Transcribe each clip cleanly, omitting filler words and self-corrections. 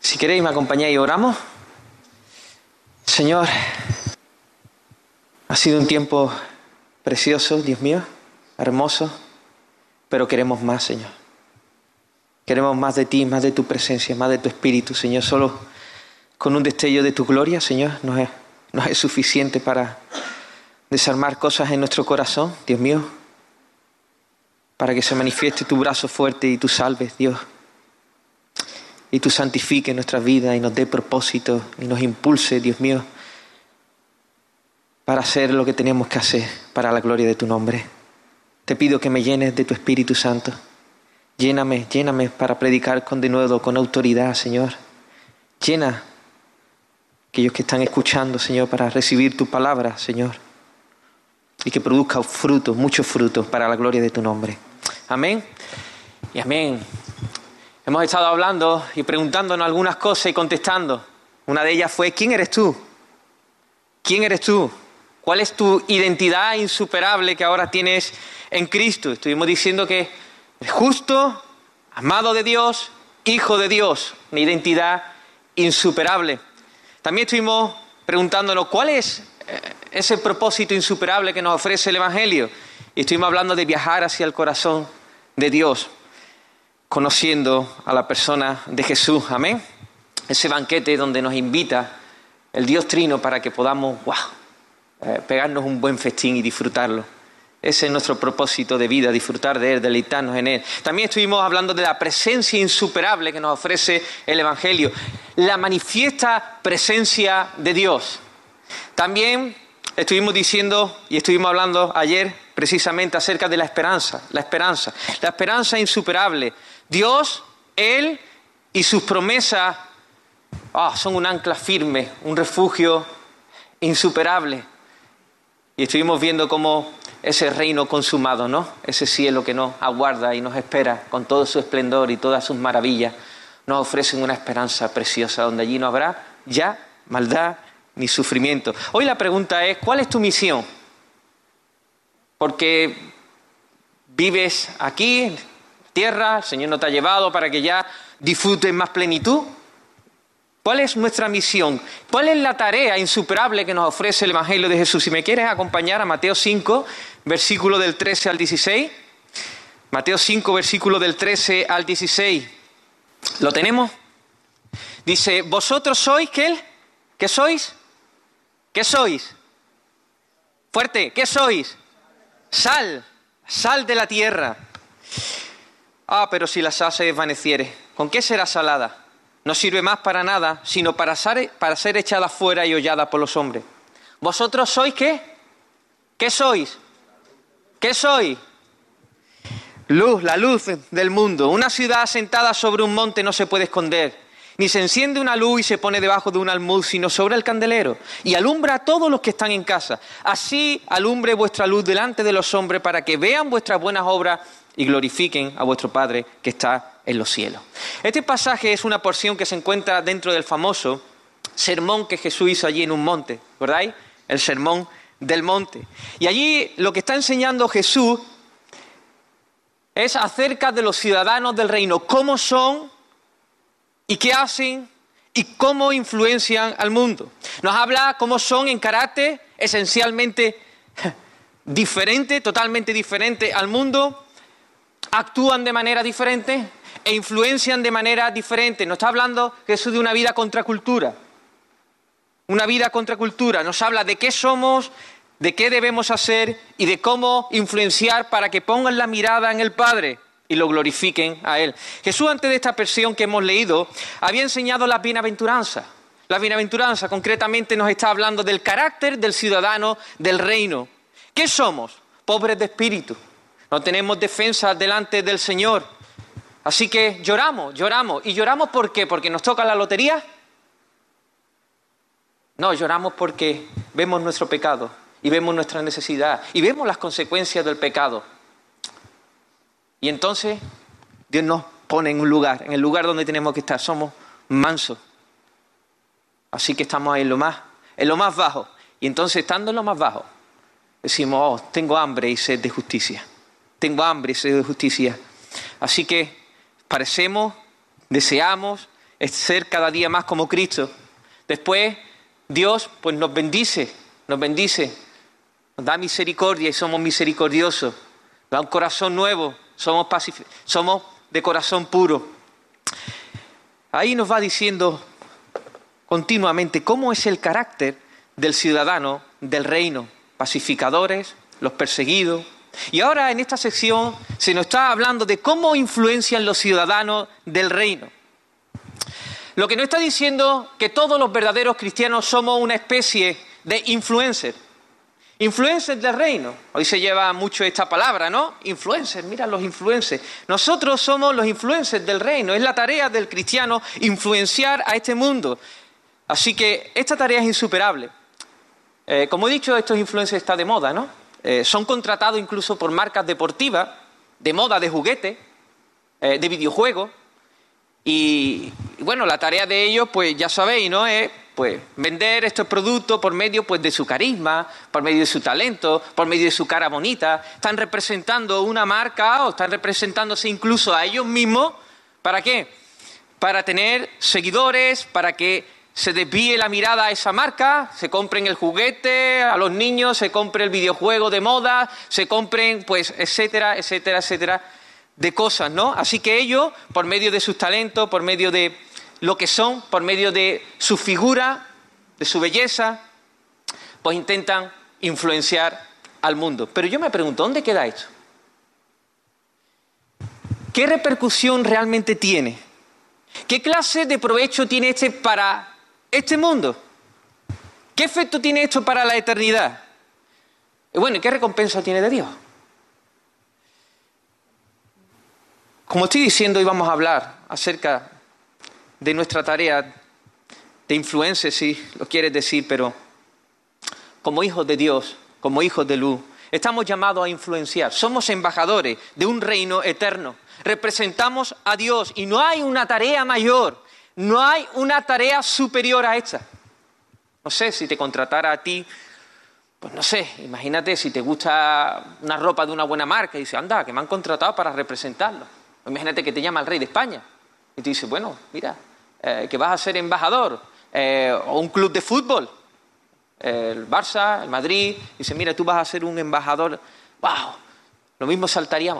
Si queréis, me acompañáis y oramos. Señor, ha sido un tiempo precioso, Dios mío, hermoso, pero queremos más, Señor. Queremos más de ti, más de tu presencia, más de tu espíritu, Señor. Solo con un destello de tu gloria, Señor, nos es suficiente para desarmar cosas en nuestro corazón, Dios mío, para que se manifieste tu brazo fuerte y tú salves, Dios. Y tú santifiques nuestra vida y nos dé propósito y nos impulse, Dios mío, para hacer lo que tenemos que hacer para la gloria de tu nombre. Te pido que me llenes de tu Espíritu Santo. Lléname para predicar con denuedo, con autoridad, Señor. Llena a aquellos que están escuchando, Señor, para recibir tu palabra, Señor. Y que produzca frutos, muchos frutos para la gloria de tu nombre. Amén y amén. Hemos estado hablando y preguntándonos algunas cosas y contestando. Una de ellas fue, ¿quién eres tú? ¿Quién eres tú? ¿Cuál es tu identidad insuperable que ahora tienes en Cristo? Estuvimos diciendo que eres justo, amado de Dios, hijo de Dios, una identidad insuperable. También estuvimos preguntándonos, ¿cuál es ese propósito insuperable que nos ofrece el Evangelio? Y estuvimos hablando de viajar hacia el corazón de Dios, conociendo a la persona de Jesús, amén. Ese banquete donde nos invita el Dios Trino para que podamos, pegarnos un buen festín y disfrutarlo. Ese es nuestro propósito de vida, disfrutar de Él, deleitarnos en Él. También estuvimos hablando de la presencia insuperable que nos ofrece el Evangelio, la manifiesta presencia de Dios. También estuvimos diciendo y estuvimos hablando ayer precisamente acerca de la esperanza insuperable. Dios, Él y sus promesas son un ancla firme, un refugio insuperable. Y estuvimos viendo cómo ese reino consumado, ¿no? Ese cielo que nos aguarda y nos espera con todo su esplendor y todas sus maravillas, nos ofrecen una esperanza preciosa donde allí no habrá ya maldad ni sufrimiento. Hoy la pregunta es, ¿cuál es tu misión? Porque vives aquí, en tierra, el Señor nos te ha llevado para que ya disfrutes más plenitud. ¿Cuál es nuestra misión? ¿Cuál es la tarea insuperable que nos ofrece el Evangelio de Jesús? Si me quieres acompañar a Mateo 5, versículo del 13 al 16. Mateo 5, versículo del 13 al 16. ¿Lo tenemos? Dice, ¿vosotros sois qué? ¿Qué sois? ¿Qué sois? Fuerte, ¿qué sois? Sal de la tierra. Pero si la sal se desvaneciere, ¿con qué será salada? No sirve más para nada, sino para ser echada fuera y hollada por los hombres. ¿Vosotros sois qué? ¿Qué sois? ¿Qué sois? Luz, la luz del mundo. Una ciudad asentada sobre un monte no se puede esconder. Ni se enciende una luz y se pone debajo de un almud, sino sobre el candelero. Y alumbra a todos los que están en casa. Así alumbre vuestra luz delante de los hombres para que vean vuestras buenas obras y glorifiquen a vuestro Padre que está en los cielos. Este pasaje es una porción que se encuentra dentro del famoso sermón que Jesús hizo allí en un monte, ¿recordáis? El sermón del monte. Y allí lo que está enseñando Jesús es acerca de los ciudadanos del reino, cómo son y qué hacen y cómo influencian al mundo. Nos habla cómo son en carácter esencialmente diferente, totalmente diferente al mundo, actúan de manera diferente e influencian de manera diferente. Nos está hablando Jesús de una vida contracultura. Una vida contracultura. Nos habla de qué somos, de qué debemos hacer y de cómo influenciar para que pongan la mirada en el Padre y lo glorifiquen a Él. Jesús, antes de esta versión que hemos leído, había enseñado la bienaventuranza. La bienaventuranza concretamente nos está hablando del carácter del ciudadano del reino. ¿Qué somos? Pobres de espíritu. No tenemos defensa delante del Señor. Así que lloramos. ¿Y lloramos por qué? ¿Porque nos toca la lotería? No, lloramos porque vemos nuestro pecado y vemos nuestra necesidad y vemos las consecuencias del pecado. Y entonces Dios nos pone en el lugar donde tenemos que estar. Somos mansos. Así que estamos ahí en lo más bajo. Y entonces, estando en lo más bajo, decimos, tengo hambre y sed de justicia. Tengo hambre y sed de justicia. Así que parecemos, deseamos, es ser cada día más como Cristo. Después Dios pues nos bendice, nos da misericordia y somos misericordiosos, nos da un corazón nuevo, somos de corazón puro. Ahí nos va diciendo continuamente cómo es el carácter del ciudadano del reino, pacificadores, los perseguidos. Y ahora en esta sección se nos está hablando de cómo influencian los ciudadanos del reino. Lo que nos está diciendo que todos los verdaderos cristianos somos una especie de influencers. Influencers del reino. Hoy se lleva mucho esta palabra, ¿no? Influencers, mira los influencers. Nosotros somos los influencers del reino. Es la tarea del cristiano influenciar a este mundo. Así que esta tarea es insuperable. Como he dicho, estos influencers están de moda, ¿no? Son contratados incluso por marcas deportivas, de moda, de juguetes, de videojuegos. Y bueno, la tarea de ellos, pues ya sabéis, ¿no? Es pues vender estos productos por medio pues de su carisma, por medio de su talento, por medio de su cara bonita. Están representando una marca o están representándose incluso a ellos mismos. ¿Para qué? Para tener seguidores, para que se desvíe la mirada a esa marca, se compren el juguete a los niños, se compre el videojuego de moda, se compren, pues, etcétera, etcétera, etcétera, de cosas, ¿no? Así que ellos, por medio de sus talentos, por medio de lo que son, por medio de su figura, de su belleza, pues intentan influenciar al mundo. Pero yo me pregunto, ¿dónde queda esto? ¿Qué repercusión realmente tiene? ¿Qué clase de provecho tiene para este mundo? ¿Qué efecto tiene esto para la eternidad? Y bueno, ¿qué recompensa tiene de Dios? Como estoy diciendo, hoy vamos a hablar acerca de nuestra tarea de influencia, si lo quieres decir, pero como hijos de Dios, como hijos de luz, estamos llamados a influenciar. Somos embajadores de un reino eterno. Representamos a Dios y no hay una tarea mayor, no hay una tarea superior a esta. No sé, si te contratara a ti, pues no sé, imagínate si te gusta una ropa de una buena marca y dices, anda, que me han contratado para representarlo. Imagínate que te llama el rey de España y te dice, bueno, mira, que vas a ser embajador, o un club de fútbol, el Barça, el Madrid, dice, mira, tú vas a ser un embajador. ¡Wow! Lo mismo saltaríamos.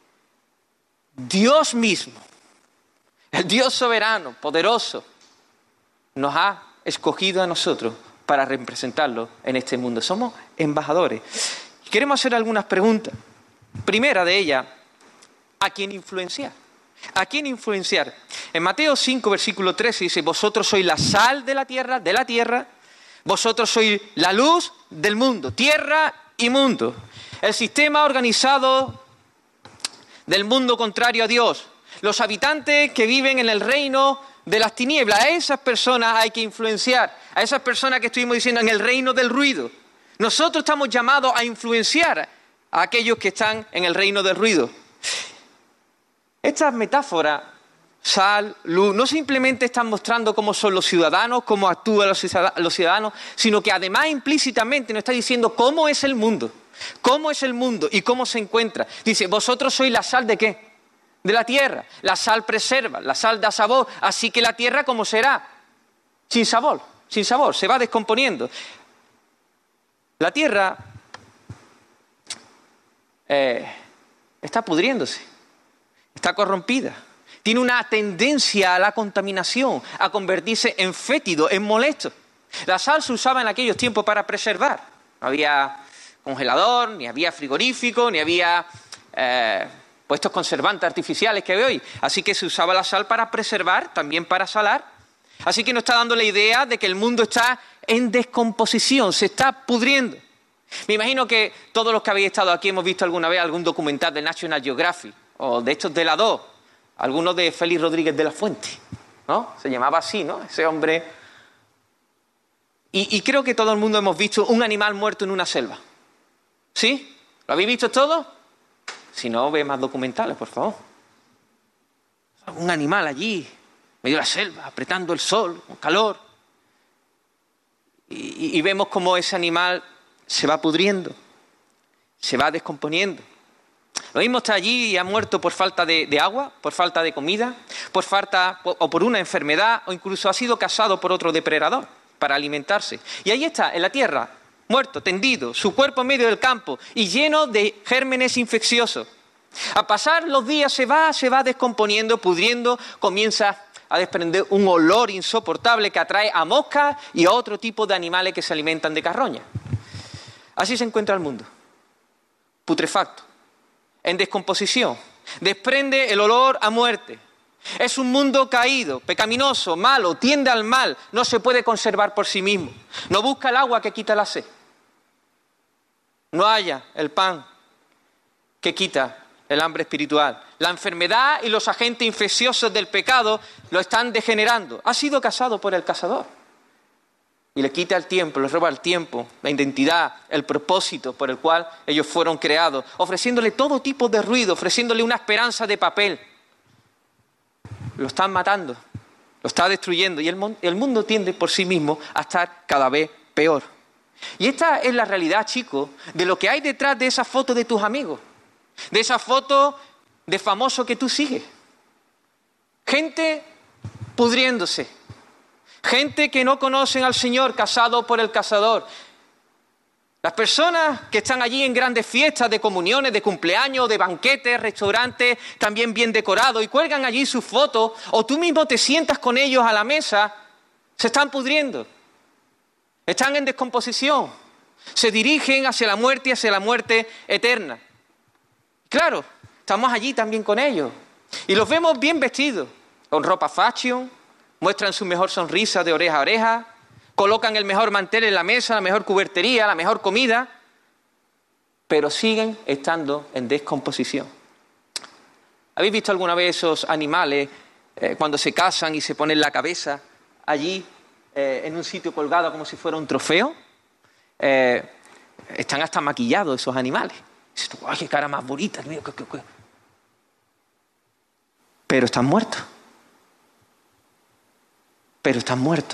Dios mismo, el Dios soberano, poderoso, nos ha escogido a nosotros para representarlo en este mundo. Somos embajadores. Queremos hacer algunas preguntas. Primera de ellas, ¿a quién influenciar? ¿A quién influenciar? En Mateo 5, versículo 13 dice, vosotros sois la sal de la tierra, vosotros sois la luz del mundo, tierra y mundo. El sistema organizado del mundo contrario a Dios, los habitantes que viven en el reino de las tinieblas, a esas personas hay que influenciar, a esas personas que estuvimos diciendo en el reino del ruido. Nosotros estamos llamados a influenciar a aquellos que están en el reino del ruido. Estas metáforas, sal, luz, no simplemente están mostrando cómo son los ciudadanos, cómo actúan los ciudadanos, sino que además implícitamente nos está diciendo cómo es el mundo y cómo se encuentra. Dice, vosotros sois la sal ¿de qué? De la tierra. La sal preserva, la sal da sabor, así que la tierra ¿cómo será? Sin sabor, se va descomponiendo. La tierra está pudriéndose. Está corrompida, tiene una tendencia a la contaminación, a convertirse en fétido, en molesto. La sal se usaba en aquellos tiempos para preservar. No había congelador, ni había frigorífico, ni había estos conservantes artificiales que hay hoy. Así que se usaba la sal para preservar, también para salar. Así que nos está dando la idea de que el mundo está en descomposición, se está pudriendo. Me imagino que todos los que habéis estado aquí hemos visto alguna vez algún documental de National Geographic, o de estos de la 2, algunos de Félix Rodríguez de la Fuente, ¿no? Se llamaba así, ¿no? Ese hombre. Y creo que todo el mundo hemos visto un animal muerto en una selva. ¿Sí? ¿Lo habéis visto todos? Si no, ve más documentales, por favor. Un animal allí, medio de la selva, apretando el sol, con calor. Y vemos cómo ese animal se va pudriendo, se va descomponiendo. Lo mismo está allí y ha muerto por falta de agua, por falta de comida, por falta o por una enfermedad, o incluso ha sido cazado por otro depredador para alimentarse. Y ahí está, en la tierra, muerto, tendido, su cuerpo en medio del campo y lleno de gérmenes infecciosos. Al pasar los días se va descomponiendo, pudriendo, comienza a desprender un olor insoportable que atrae a moscas y a otro tipo de animales que se alimentan de carroña. Así se encuentra el mundo, putrefacto, en descomposición, desprende el olor a muerte. Es un mundo caído, pecaminoso, malo, tiende al mal, no se puede conservar por sí mismo, no busca el agua que quita la sed, no halla el pan que quita el hambre espiritual. La enfermedad y los agentes infecciosos del pecado lo están degenerando. Ha sido cazado por el cazador y le quita el tiempo, le roba el tiempo, la identidad, el propósito por el cual ellos fueron creados, ofreciéndole todo tipo de ruido, ofreciéndole una esperanza de papel. Lo están matando, lo está destruyendo y el mundo tiende por sí mismo a estar cada vez peor. Y esta es la realidad, chicos, de lo que hay detrás de esa foto de tus amigos, de esa foto de famoso que tú sigues. Gente pudriéndose, gente que no conocen al Señor, cazado por el cazador. Las personas que están allí en grandes fiestas de comuniones, de cumpleaños, de banquetes, restaurantes, también bien decorados, y cuelgan allí sus fotos, o tú mismo te sientas con ellos a la mesa, se están pudriendo, están en descomposición, se dirigen hacia la muerte eterna. Claro, estamos allí también con ellos, y los vemos bien vestidos, con ropa fashion, muestran su mejor sonrisa de oreja a oreja, colocan el mejor mantel en la mesa, la mejor cubertería, la mejor comida, pero siguen estando en descomposición. ¿Habéis visto alguna vez esos animales cuando se casan y se ponen la cabeza allí en un sitio colgado como si fuera un trofeo? Están hasta maquillados esos animales. Dices, ¡ay, qué cara más bonita! Pero están muertos. Pero están muertos.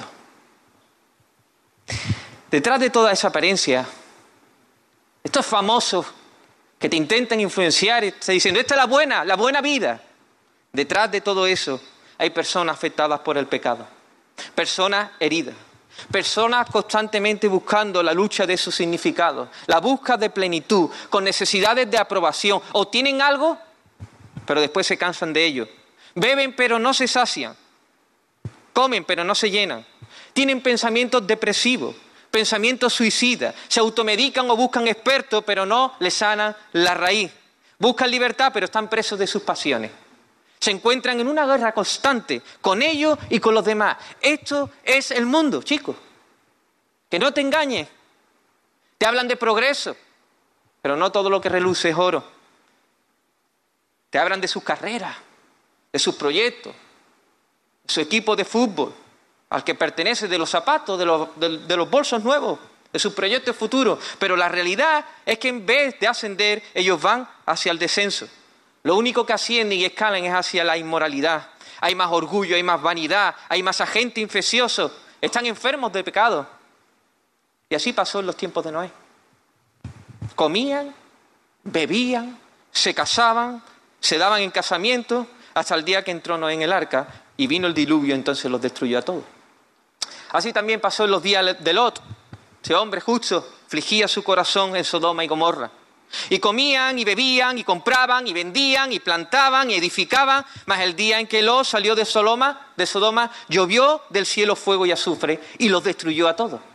Detrás de toda esa apariencia, estos famosos que te intentan influenciar y te dicen, esta es la buena vida. Detrás de todo eso hay personas afectadas por el pecado, personas heridas, personas constantemente buscando la lucha de su significado, la búsqueda de plenitud, con necesidades de aprobación. Obtienen algo, pero después se cansan de ello. Beben, pero no se sacian. Comen, pero no se llenan. Tienen pensamientos depresivos, pensamientos suicidas. Se automedican o buscan expertos, pero no les sanan la raíz. Buscan libertad, pero están presos de sus pasiones. Se encuentran en una guerra constante con ellos y con los demás. Esto es el mundo, chicos. Que no te engañes. Te hablan de progreso, pero no todo lo que reluce es oro. Te hablan de sus carreras, de sus proyectos, de su equipo de fútbol, al que pertenece, de los zapatos, de los bolsos nuevos, de sus proyectos futuros. Pero la realidad es que en vez de ascender, ellos van hacia el descenso. Lo único que ascienden y escalan es hacia la inmoralidad. Hay más orgullo, hay más vanidad, hay más agente infeccioso. Están enfermos de pecado. Y así pasó en los tiempos de Noé. Comían, bebían, se casaban, se daban en casamiento, hasta el día que entró Noé en el arca y vino el diluvio, entonces los destruyó a todos. Así también pasó en los días de Lot. Ese hombre justo afligía su corazón en Sodoma y Gomorra. Y comían y bebían y compraban y vendían y plantaban y edificaban, mas el día en que Lot salió de Sodoma, llovió del cielo fuego y azufre y los destruyó a todos.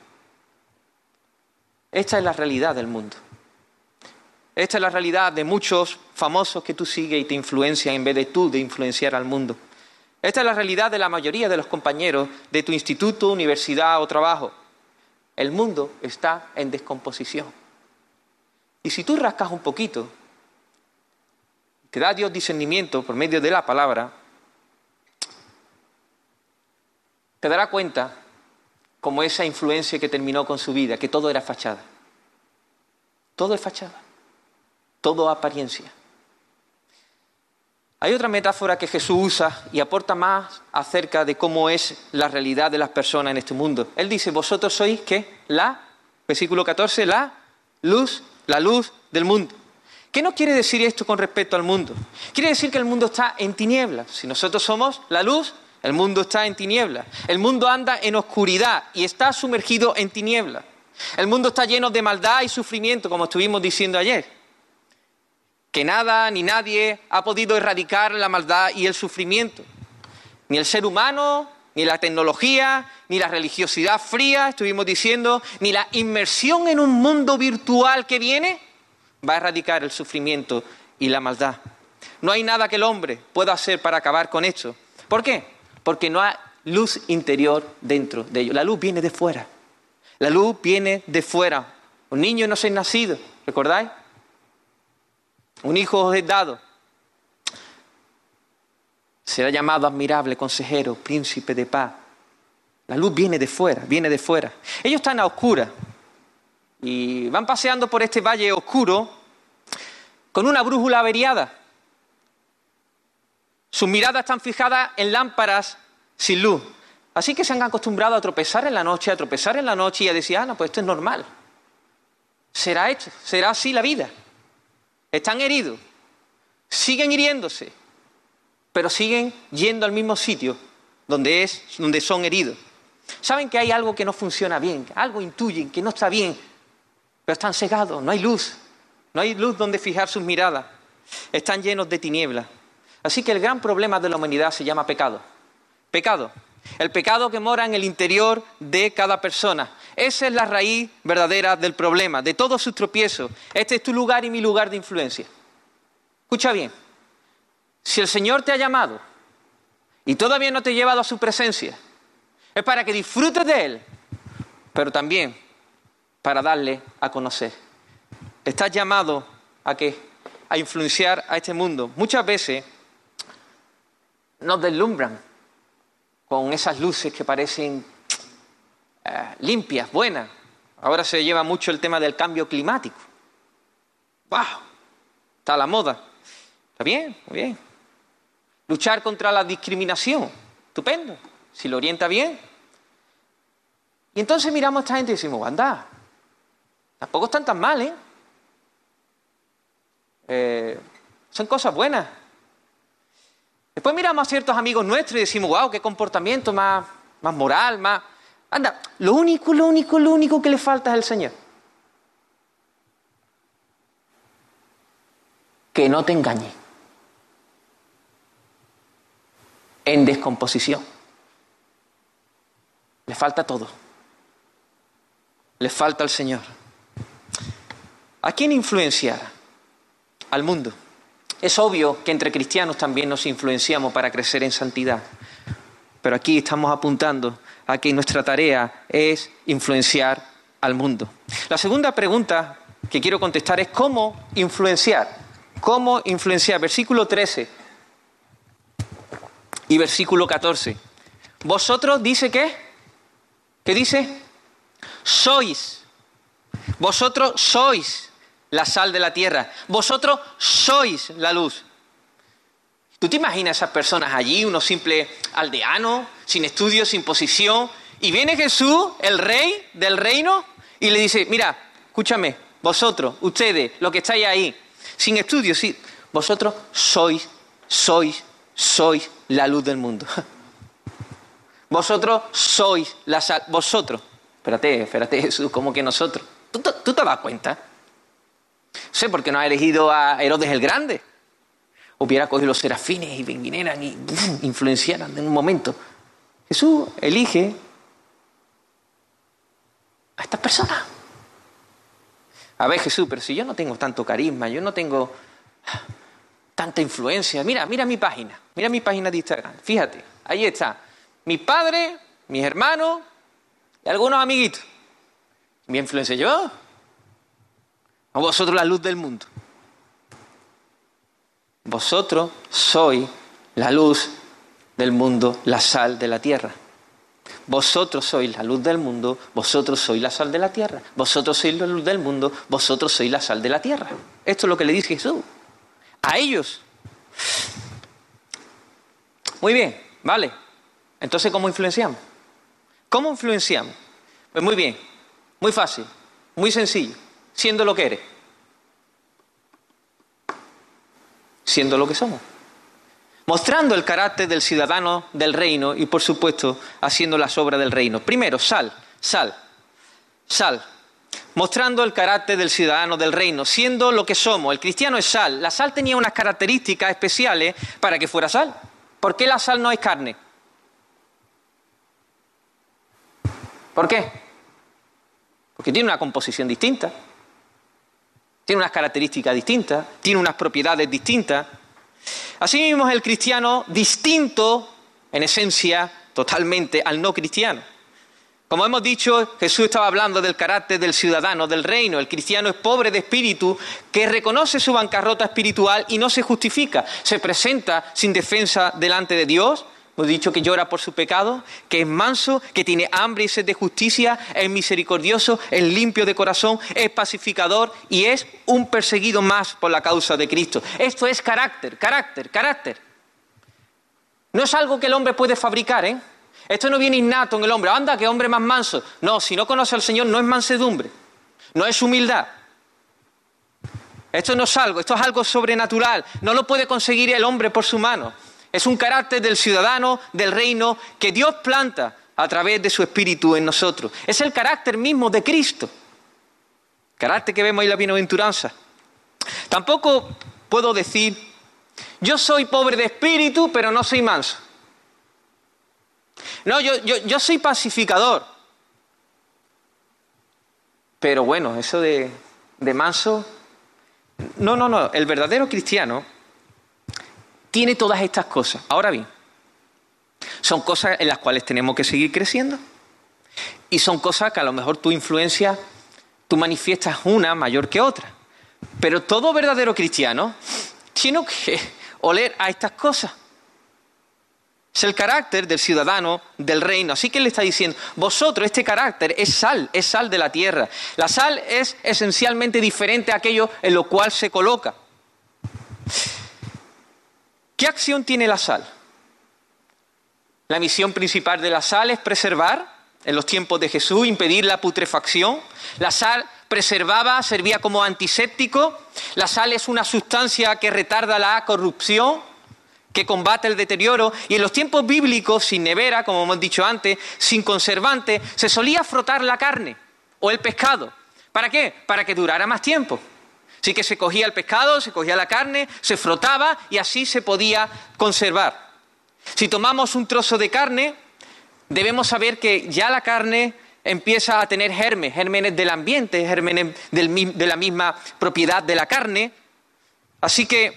Esta es la realidad del mundo. Esta es la realidad de muchos famosos que tú sigues y te influencian en vez de tú de influenciar al mundo. Esta es la realidad de la mayoría de los compañeros de tu instituto, universidad o trabajo. El mundo está en descomposición. Y si tú rascas un poquito, te da Dios discernimiento por medio de la palabra, te darás cuenta como esa influencia que terminó con su vida, que todo era fachada. Todo es fachada. Todo apariencia. Hay otra metáfora que Jesús usa y aporta más acerca de cómo es la realidad de las personas en este mundo. Él dice, vosotros sois, ¿qué? Versículo 14, la luz del mundo. ¿Qué nos quiere decir esto con respecto al mundo? Quiere decir que el mundo está en tinieblas. Si nosotros somos la luz, el mundo está en tinieblas. El mundo anda en oscuridad y está sumergido en tinieblas. El mundo está lleno de maldad y sufrimiento, como estuvimos diciendo ayer. Que nada ni nadie ha podido erradicar la maldad y el sufrimiento. Ni el ser humano, ni la tecnología, ni la religiosidad fría, estuvimos diciendo, ni la inmersión en un mundo virtual que viene, va a erradicar el sufrimiento y la maldad. No hay nada que el hombre pueda hacer para acabar con esto. ¿Por qué? Porque no hay luz interior dentro de ellos. La luz viene de fuera. La luz viene de fuera. Un niño no es nacido, ¿recordáis? Un hijo os es dado. Será llamado admirable, consejero, príncipe de paz. La luz viene de fuera, viene de fuera. Ellos están a oscuras y van paseando por este valle oscuro con una brújula averiada. Sus miradas están fijadas en lámparas sin luz. Así que se han acostumbrado a tropezar en la noche, y a decir, no, pues esto es normal. Será así la vida. Están heridos, siguen hiriéndose, pero siguen yendo al mismo sitio donde son heridos. Saben que hay algo que no funciona bien, algo intuyen que no está bien, pero están cegados, no hay luz donde fijar sus miradas, están llenos de tinieblas. Así que el gran problema de la humanidad se llama pecado. Pecado. El pecado que mora en el interior de cada persona. Esa es la raíz verdadera del problema, de todos sus tropiezos. Este es tu lugar y mi lugar de influencia. Escucha bien. Si el Señor te ha llamado y todavía no te ha llevado a su presencia, es para que disfrutes de Él, pero también para darle a conocer. Estás llamado ¿a qué? A influenciar a este mundo. Muchas veces nos deslumbran con esas luces que parecen limpias, buenas. Ahora se lleva mucho el tema del cambio climático. ¡Wow! Está a la moda. Está bien, muy bien. Luchar contra la discriminación. Estupendo. Si lo orienta bien. Y entonces miramos a esta gente y decimos, anda, tampoco están tan mal, son cosas buenas. Después miramos a ciertos amigos nuestros y decimos, wow, qué comportamiento más moral, más... Anda, lo único que le falta es el Señor. Que no te engañe. En descomposición. Le falta todo. Le falta el Señor. ¿A quién influenciar? Al mundo. Es obvio que entre cristianos también nos influenciamos para crecer en santidad. Pero aquí estamos apuntando a que nuestra tarea es influenciar al mundo. La segunda pregunta que quiero contestar es ¿cómo influenciar? ¿Cómo influenciar? Versículo 13 y versículo 14. ¿Vosotros dice qué? ¿Qué dice? Sois. Vosotros sois la sal de la tierra. Vosotros sois la luz. ¿Tú te imaginas esas personas allí, unos simples aldeanos, sin estudios, sin posición, y viene Jesús, el rey del reino, y le dice, mira, escúchame, vosotros, ustedes, los que estáis ahí, sin estudios, sí, vosotros sois la luz del mundo. Vosotros sois la sal, vosotros. Espérate Jesús, ¿cómo que nosotros? ¿Tú te das cuenta? No sé por qué no ha elegido a Herodes el Grande. Hubiera cogido los serafines y vinieran y influenciaran en un momento. Jesús elige a estas personas. A ver, Jesús, pero si yo no tengo tanto carisma, yo no tengo tanta influencia. Mira mi página de Instagram. Fíjate, ahí está. Mi padre, mis hermanos y algunos amiguitos. ¿Me influencia yo? A vosotros la luz del mundo. Vosotros sois la luz del mundo, la sal de la tierra. Vosotros sois la luz del mundo, vosotros sois la sal de la tierra. Vosotros sois la luz del mundo, vosotros sois la sal de la tierra. Esto es lo que le dice Jesús. A ellos. Muy bien, vale. Entonces, ¿cómo influenciamos? ¿Cómo influenciamos? Pues muy bien, muy fácil, muy sencillo, siendo lo que eres. siendo lo que somos. Mostrando el carácter del ciudadano del reino y, por supuesto, haciendo las obras del reino. Primero, sal. Mostrando el carácter del ciudadano del reino, siendo lo que somos. El cristiano es sal. La sal tenía unas características especiales para que fuera sal. ¿Por qué la sal no es carne? ¿Por qué? Porque tiene una composición distinta, tiene unas características distintas, tiene unas propiedades distintas. Asimismo es el cristiano distinto, en esencia, totalmente al no cristiano. Como hemos dicho, Jesús estaba hablando del carácter del ciudadano del reino. El cristiano es pobre de espíritu, que reconoce su bancarrota espiritual y no se justifica. Se presenta sin defensa delante de Dios. Hemos dicho que llora por su pecado, que es manso, que tiene hambre y sed de justicia, es misericordioso, es limpio de corazón, es pacificador y es un perseguido más por la causa de Cristo. Esto es carácter. No es algo que el hombre puede fabricar, ¿eh? Esto no viene innato en el hombre. Anda, qué hombre más manso. No, si no conoce al Señor no es mansedumbre, no es humildad. Esto no es algo, esto es algo sobrenatural. No lo puede conseguir el hombre por su mano. Es un carácter del ciudadano del reino que Dios planta a través de su Espíritu en nosotros. Es el carácter mismo de Cristo. Carácter que vemos ahí en la bienaventuranza. Tampoco puedo decir, yo soy pobre de espíritu, pero no soy manso. No, yo soy pacificador. Pero bueno, eso de manso... No. El verdadero cristiano tiene todas estas cosas. Ahora bien, son cosas en las cuales tenemos que seguir creciendo. Y son cosas que a lo mejor tu influencia, tú manifiestas una mayor que otra. Pero todo verdadero cristiano tiene que oler a estas cosas. Es el carácter del ciudadano del reino. Así que él le está diciendo, vosotros, este carácter es sal de la tierra. La sal es esencialmente diferente a aquello en lo cual se coloca. ¿Qué acción tiene la sal? La misión principal de la sal es preservar, en los tiempos de Jesús, impedir la putrefacción. La sal preservaba, servía como antiséptico. La sal es una sustancia que retarda la corrupción, que combate el deterioro. Y en los tiempos bíblicos, sin nevera, como hemos dicho antes, sin conservante, se solía frotar la carne o el pescado. ¿Para qué? Para que durara más tiempo. Así que se cogía el pescado, se cogía la carne, se frotaba y así se podía conservar. Si tomamos un trozo de carne, debemos saber que ya la carne empieza a tener gérmenes del ambiente, gérmenes de la misma propiedad de la carne. Así que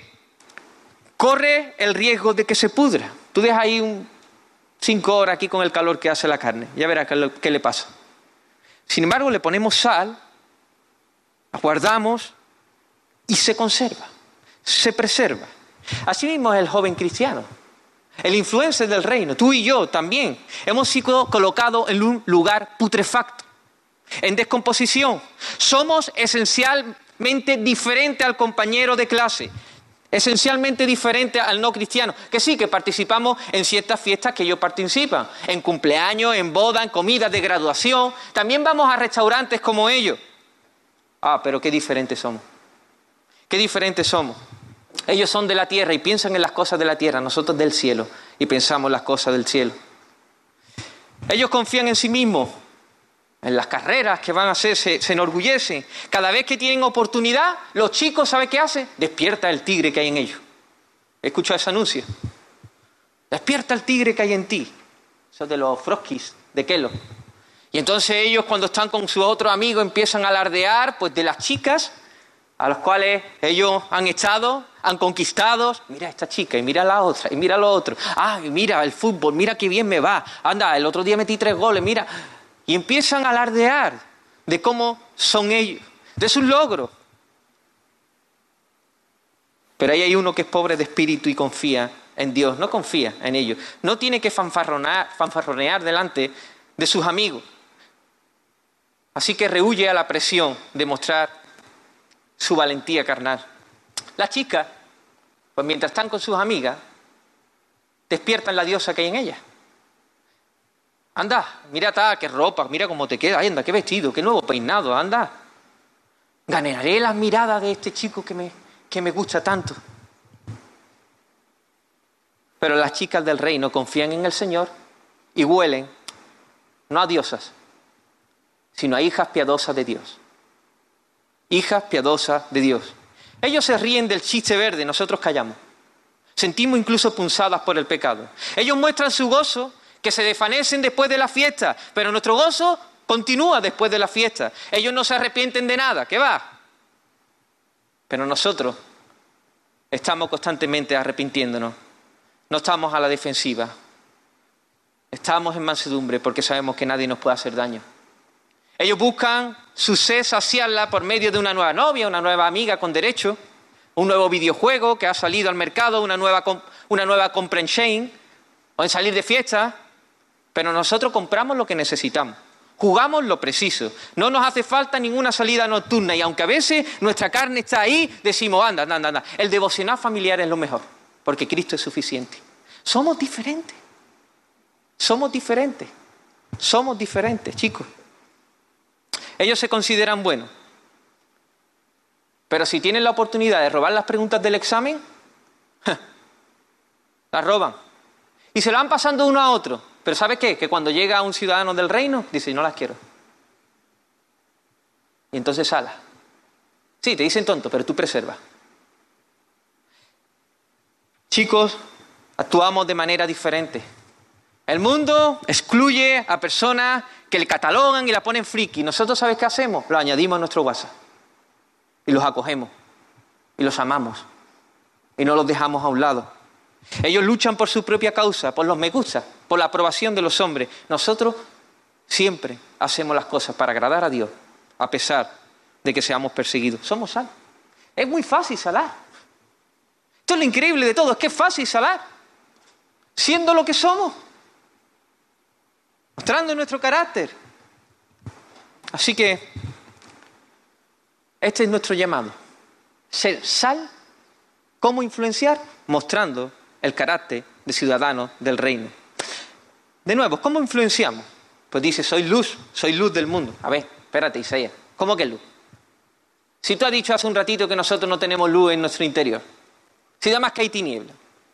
corre el riesgo de que se pudra. Tú dejas ahí 5 horas aquí con el calor que hace la carne, ya verás qué le pasa. Sin embargo, le ponemos sal, la guardamos y se conserva, se preserva. Así mismo es el joven cristiano, el influencer del reino. Tú y yo también hemos sido colocados en un lugar putrefacto, en descomposición. Somos esencialmente diferentes al compañero de clase, esencialmente diferente al no cristiano, que sí, que participamos en ciertas fiestas que ellos participan, en cumpleaños, en bodas, en comidas de graduación. También vamos a restaurantes como ellos. Pero qué diferentes somos. Qué diferentes somos. Ellos son de la tierra y piensan en las cosas de la tierra, nosotros del cielo y pensamos en las cosas del cielo. Ellos confían en sí mismos, en las carreras que van a hacer, se enorgullecen. Cada vez que tienen oportunidad, los chicos, ¿sabe qué hacen? Despierta el tigre que hay en ellos. ¿He escuchado ese anuncio? Despierta el tigre que hay en ti. Eso es de los Frosquis, de Kelo. Y entonces ellos, cuando están con sus otros amigos, empiezan a alardear pues, de las chicas a las cuales ellos han estado, han conquistado. Mira esta chica, y mira la otra, y mira lo otro. Y mira el fútbol, mira qué bien me va. Anda, el otro día metí 3 goles, mira. Y empiezan a alardear de cómo son ellos, de sus logros. Pero ahí hay uno que es pobre de espíritu y confía en Dios, no confía en ellos. No tiene que fanfarronear delante de sus amigos. Así que rehúye a la presión de mostrar su valentía carnal. Las chicas, pues mientras están con sus amigas, despiertan la diosa que hay en ellas. Anda, mira qué ropa, mira cómo te queda, anda, qué vestido, qué nuevo peinado, anda. Ganaré las miradas de este chico que me gusta tanto. Pero las chicas del reino confían en el Señor y huelen, no a diosas, sino a hijas piadosas de Dios. Hijas piadosas de Dios. Ellos se ríen del chiste verde, nosotros callamos. Sentimos incluso punzadas por el pecado. Ellos muestran su gozo, que se desvanecen después de la fiesta, pero nuestro gozo continúa después de la fiesta. Ellos no se arrepienten de nada, ¿qué va? Pero nosotros estamos constantemente arrepintiéndonos. No estamos a la defensiva. Estamos en mansedumbre porque sabemos que nadie nos puede hacer daño. Ellos buscan su sed saciarla por medio de una nueva novia, una nueva amiga con derecho, un nuevo videojuego que ha salido al mercado, una nueva compra en Shein, o en salir de fiesta. Pero nosotros compramos lo que necesitamos. Jugamos lo preciso. No nos hace falta ninguna salida nocturna. Y aunque a veces nuestra carne está ahí, decimos, anda. El devocional familiar es lo mejor. Porque Cristo es suficiente. Somos diferentes. Somos diferentes, chicos. Ellos se consideran buenos. Pero si tienen la oportunidad de robar las preguntas del examen, las roban. Y se lo van pasando uno a otro. Pero ¿sabes qué? Que cuando llega un ciudadano del reino, dice, no las quiero. Y entonces sala. Sí, te dicen tonto, pero tú preservas. Chicos, actuamos de manera diferente. El mundo excluye a personas que le catalogan y la ponen friki. Nosotros, ¿sabes qué hacemos? Lo añadimos a nuestro WhatsApp. Y los acogemos. Y los amamos. Y no los dejamos a un lado. Ellos luchan por su propia causa, por los me gusta, por la aprobación de los hombres. Nosotros siempre hacemos las cosas para agradar a Dios, a pesar de que seamos perseguidos. Somos sal. Es muy fácil salar. Esto es lo increíble de todo, es que es fácil salar. Siendo lo que somos. Mostrando nuestro carácter. Así que este es nuestro llamado. Ser sal. ¿Cómo influenciar? Mostrando el carácter de ciudadanos del reino. De nuevo, ¿cómo influenciamos? Pues dice, soy luz del mundo. A ver, espérate, Isaías, ¿cómo que luz? Si tú has dicho hace un ratito que nosotros no tenemos luz en nuestro interior. Si además que hay tiniebla.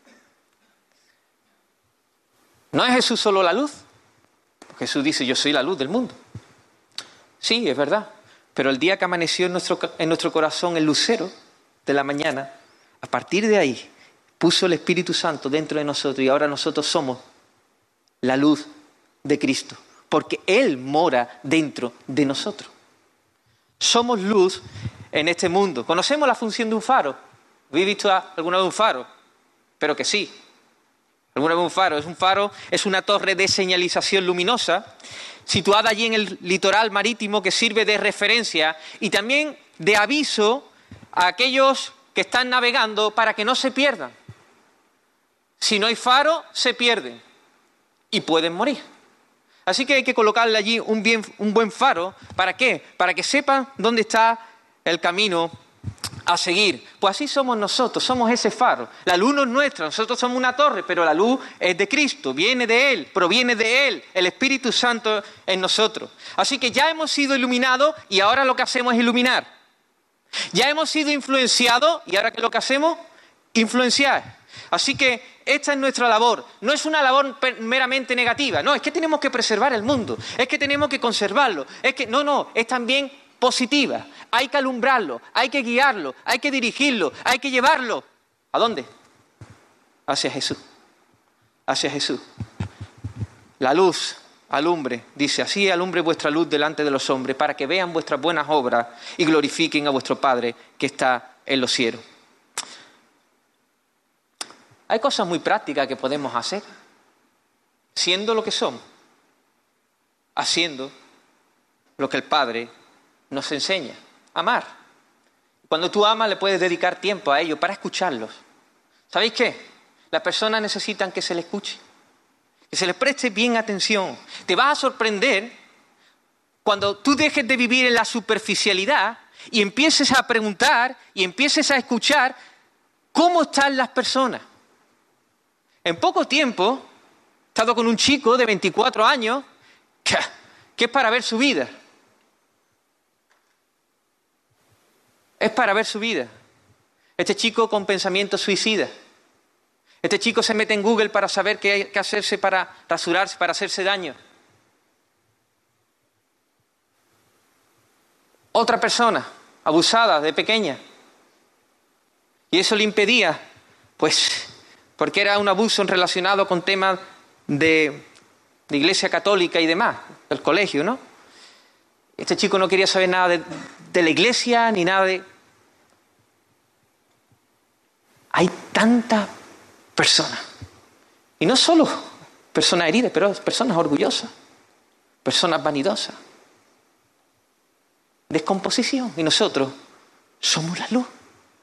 ¿No es Jesús solo la luz? Jesús dice, yo soy la luz del mundo. Sí, es verdad. Pero el día que amaneció en nuestro corazón el lucero de la mañana, a partir de ahí puso el Espíritu Santo dentro de nosotros y ahora nosotros somos la luz de Cristo. Porque Él mora dentro de nosotros. Somos luz en este mundo. ¿Conocemos la función de un faro? ¿Habéis visto alguna vez un faro? Espero que sí. ¿Alguna vez un faro? Es una torre de señalización luminosa situada allí en el litoral marítimo que sirve de referencia y también de aviso a aquellos que están navegando para que no se pierdan. Si no hay faro, se pierden y pueden morir. Así que hay que colocarle allí un buen faro. ¿Para qué? Para que sepan dónde está el camino a seguir. Pues así somos nosotros, somos ese faro. La luz no es nuestra, nosotros somos una torre, pero la luz es de Cristo, viene de Él, proviene de Él, el Espíritu Santo en nosotros. Así que ya hemos sido iluminados y ahora lo que hacemos es iluminar. Ya hemos sido influenciados y ahora ¿qué es lo que hacemos? Influenciar. Así que esta es nuestra labor. No es una labor meramente negativa, no, es que tenemos que preservar el mundo, es que tenemos que conservarlo, es también positiva. Hay que alumbrarlo, hay que guiarlo, hay que dirigirlo, hay que llevarlo. ¿A dónde? Hacia Jesús. Hacia Jesús. La luz alumbre, dice, así alumbre vuestra luz delante de los hombres, para que vean vuestras buenas obras y glorifiquen a vuestro Padre que está en los cielos. Hay cosas muy prácticas que podemos hacer, siendo lo que somos, haciendo lo que el Padre nos enseña, amar. Cuando tú amas le puedes dedicar tiempo a ellos para escucharlos. ¿Sabéis qué? Las personas necesitan que se les escuche, que se les preste bien atención. Te vas a sorprender cuando tú dejes de vivir en la superficialidad y empieces a preguntar y empieces a escuchar cómo están las personas. En poco tiempo he estado con un chico de 24 años que es para ver su vida. Es para ver su vida. Este chico con pensamientos suicidas. Este chico se mete en Google para saber qué hay que hacerse para rasurarse, para hacerse daño. Otra persona, abusada de pequeña. Y eso le impedía, pues, porque era un abuso relacionado con temas de Iglesia Católica y demás, del colegio, ¿no? Este chico no quería saber nada de la Iglesia ni nada de... Hay tantas personas, y no solo personas heridas, pero personas orgullosas, personas vanidosas, descomposición, y nosotros somos la luz.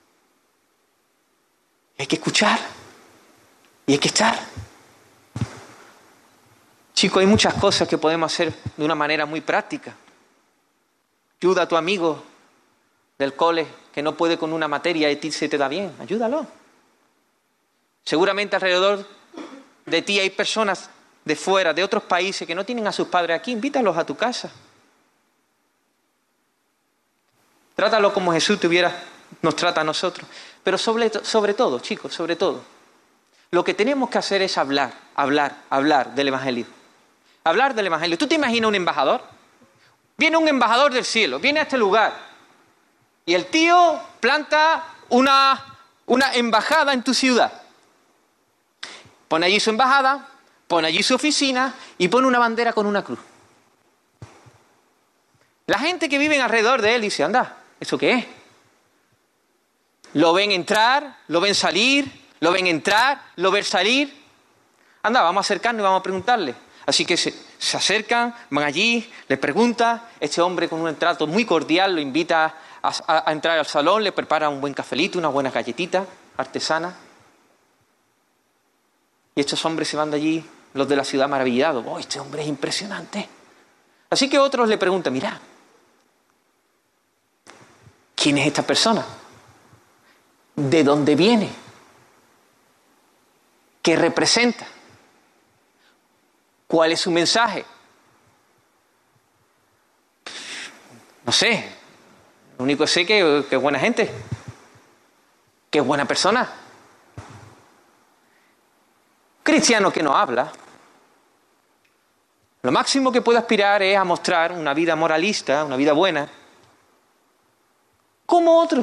Hay que escuchar y hay que estar. Chicos, hay muchas cosas que podemos hacer de una manera muy práctica. Ayuda a tu amigo del cole que no puede con una materia y a ti se te da bien. Ayúdalo. Seguramente alrededor de ti hay personas de fuera, de otros países que no tienen a sus padres aquí. Invítalos a tu casa. Trátalo como Jesús nos trata a nosotros. Pero sobre todo, chicos, sobre todo, lo que tenemos que hacer es hablar del Evangelio. Hablar del Evangelio. ¿Tú te imaginas un embajador? Viene un embajador del cielo, viene a este lugar y el tío planta una embajada en tu ciudad. Pone allí su embajada, pone allí su oficina y pone una bandera con una cruz. La gente que vive alrededor de él dice, anda, ¿eso qué es? Lo ven entrar, lo ven salir, lo ven entrar, lo ven salir. Anda, vamos a acercarnos y vamos a preguntarle. Así que se acercan, van allí, le preguntan. Este hombre con un trato muy cordial lo invita a entrar al salón, le prepara un buen cafelito, unas buenas galletitas artesanas. Y estos hombres se van de allí, los de la ciudad maravillados. ¡Oh, este hombre es impresionante! Así que otros le preguntan, mira, ¿quién es esta persona? ¿De dónde viene? ¿Qué representa? ¿Cuál es su mensaje? No sé. Lo único que sé que es buena gente. Que es buena persona. Cristiano que no habla. Lo máximo que puede aspirar es a mostrar una vida moralista, una vida buena. Como otros.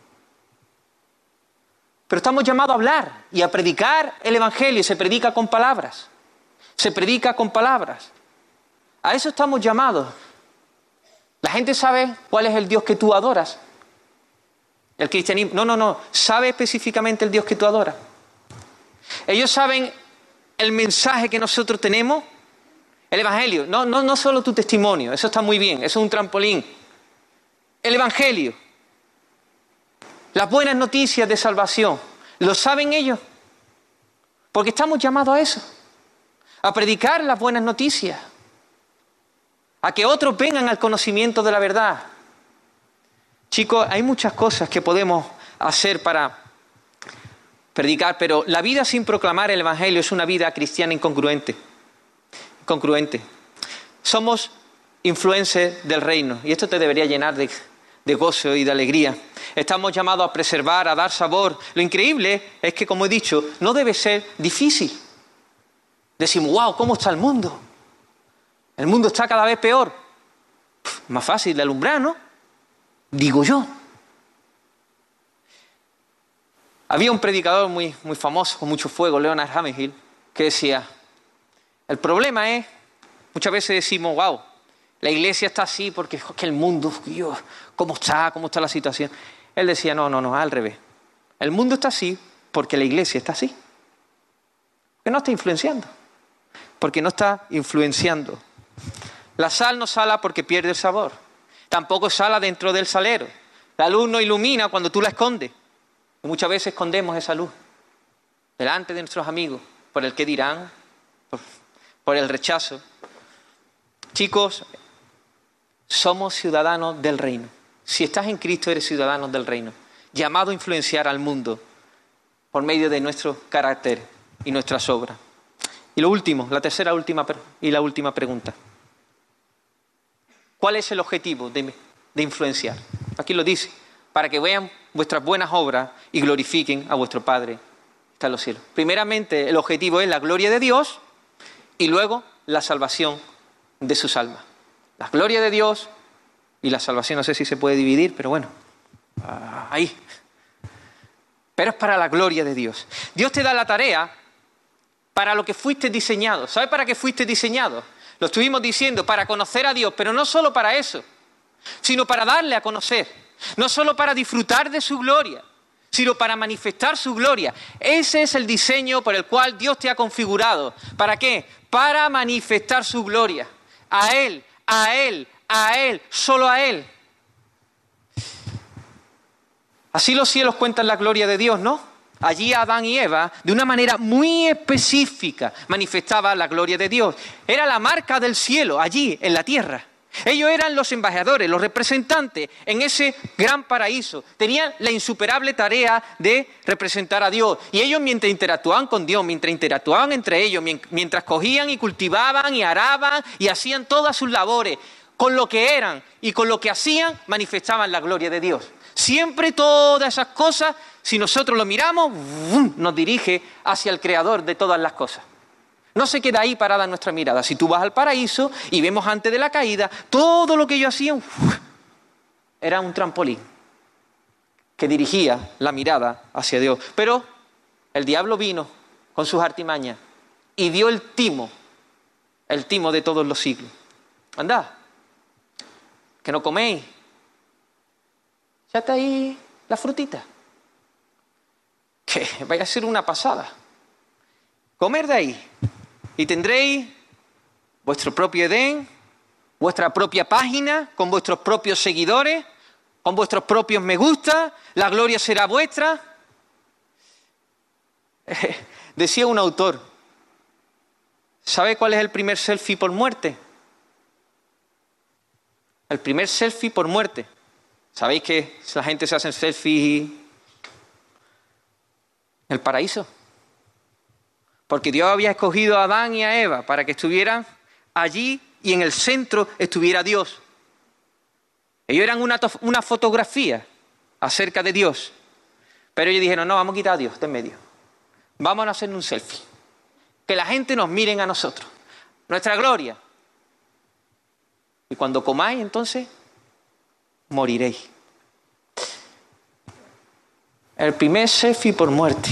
Pero estamos llamados a hablar y a predicar el Evangelio. Se predica con palabras. Se predica con palabras. A eso estamos llamados. La gente sabe cuál es el Dios que tú adoras. El cristianismo, no. Sabe específicamente el Dios que tú adoras. Ellos saben el mensaje que nosotros tenemos. El Evangelio. No solo tu testimonio. Eso está muy bien. Eso es un trampolín. El Evangelio. Las buenas noticias de salvación. ¿Lo saben ellos? Porque estamos llamados a eso. A predicar las buenas noticias. A que otros vengan al conocimiento de la verdad. Chicos, hay muchas cosas que podemos hacer para predicar, pero la vida sin proclamar el Evangelio es una vida cristiana incongruente. Somos influencers del reino y esto te debería llenar de gozo y de alegría. Estamos llamados a preservar, a dar sabor. Lo increíble es que, como he dicho, no debe ser difícil. Decimos, wow, ¿cómo está el mundo? El mundo está cada vez peor. Más fácil de alumbrar, ¿no? Digo yo. Había un predicador muy famoso, con mucho fuego, Leonard Ravenhill, que decía, el problema es, muchas veces decimos, wow, la iglesia está así porque es que el mundo, Dios, ¿cómo está la situación? Él decía, no, al revés. El mundo está así porque la iglesia está así. Porque no está influenciando. La sal no sala porque pierde el sabor. Tampoco sala dentro del salero. La luz no ilumina cuando tú la escondes. Y muchas veces escondemos esa luz delante de nuestros amigos por el qué dirán, por el rechazo. Chicos, somos ciudadanos del reino. Si estás en Cristo, eres ciudadano del reino. Llamado a influenciar al mundo por medio de nuestro carácter y nuestras obras. Y lo último, la última pregunta. ¿Cuál es el objetivo de influenciar? Aquí lo dice, para que vean vuestras buenas obras y glorifiquen a vuestro Padre está en los cielos. Primeramente, el objetivo es la gloria de Dios y luego la salvación de sus almas. La gloria de Dios y la salvación, no sé si se puede dividir, pero bueno, ahí. Pero es para la gloria de Dios. Dios te da la tarea para lo que fuiste diseñado. ¿Sabes para qué fuiste diseñado? Lo estuvimos diciendo, para conocer a Dios, pero no solo para eso, sino para darle a conocer. No solo para disfrutar de su gloria, sino para manifestar su gloria. Ese es el diseño por el cual Dios te ha configurado. ¿Para qué? Para manifestar su gloria. A Él, a Él, a Él, solo a Él. Así los cielos cuentan la gloria de Dios, ¿no? Allí Adán y Eva, de una manera muy específica, manifestaban la gloria de Dios. Era la marca del cielo, allí, en la tierra. Ellos eran los embajadores, los representantes en ese gran paraíso. Tenían la insuperable tarea de representar a Dios. Y ellos mientras interactuaban con Dios, mientras interactuaban entre ellos, mientras cogían y cultivaban y araban y hacían todas sus labores, con lo que eran y con lo que hacían, manifestaban la gloria de Dios. Siempre todas esas cosas, si nosotros lo miramos, nos dirige hacia el Creador de todas las cosas. No se queda ahí parada nuestra mirada. Si tú vas al paraíso y vemos antes de la caída, todo lo que ellos hacían era un trampolín que dirigía la mirada hacia Dios. Pero el diablo vino con sus artimañas y dio el timo de todos los siglos. Andad, que no coméis. Ya está ahí la frutita. Que vaya a ser una pasada. Comer de ahí y tendréis vuestro propio Edén, vuestra propia página, con vuestros propios seguidores, con vuestros propios me gusta, la gloria será vuestra. Decía un autor, ¿sabe cuál es el primer selfie por muerte? El primer selfie por muerte. ¿Sabéis que la gente se hace selfies en el paraíso? Porque Dios había escogido a Adán y a Eva para que estuvieran allí y en el centro estuviera Dios. Ellos eran una fotografía acerca de Dios. Pero ellos dijeron, no, vamos a quitar a Dios de en medio. Vamos a hacer un selfie. Que la gente nos miren a nosotros. Nuestra gloria. Y cuando comáis, entonces, moriréis. El primer selfie por muerte.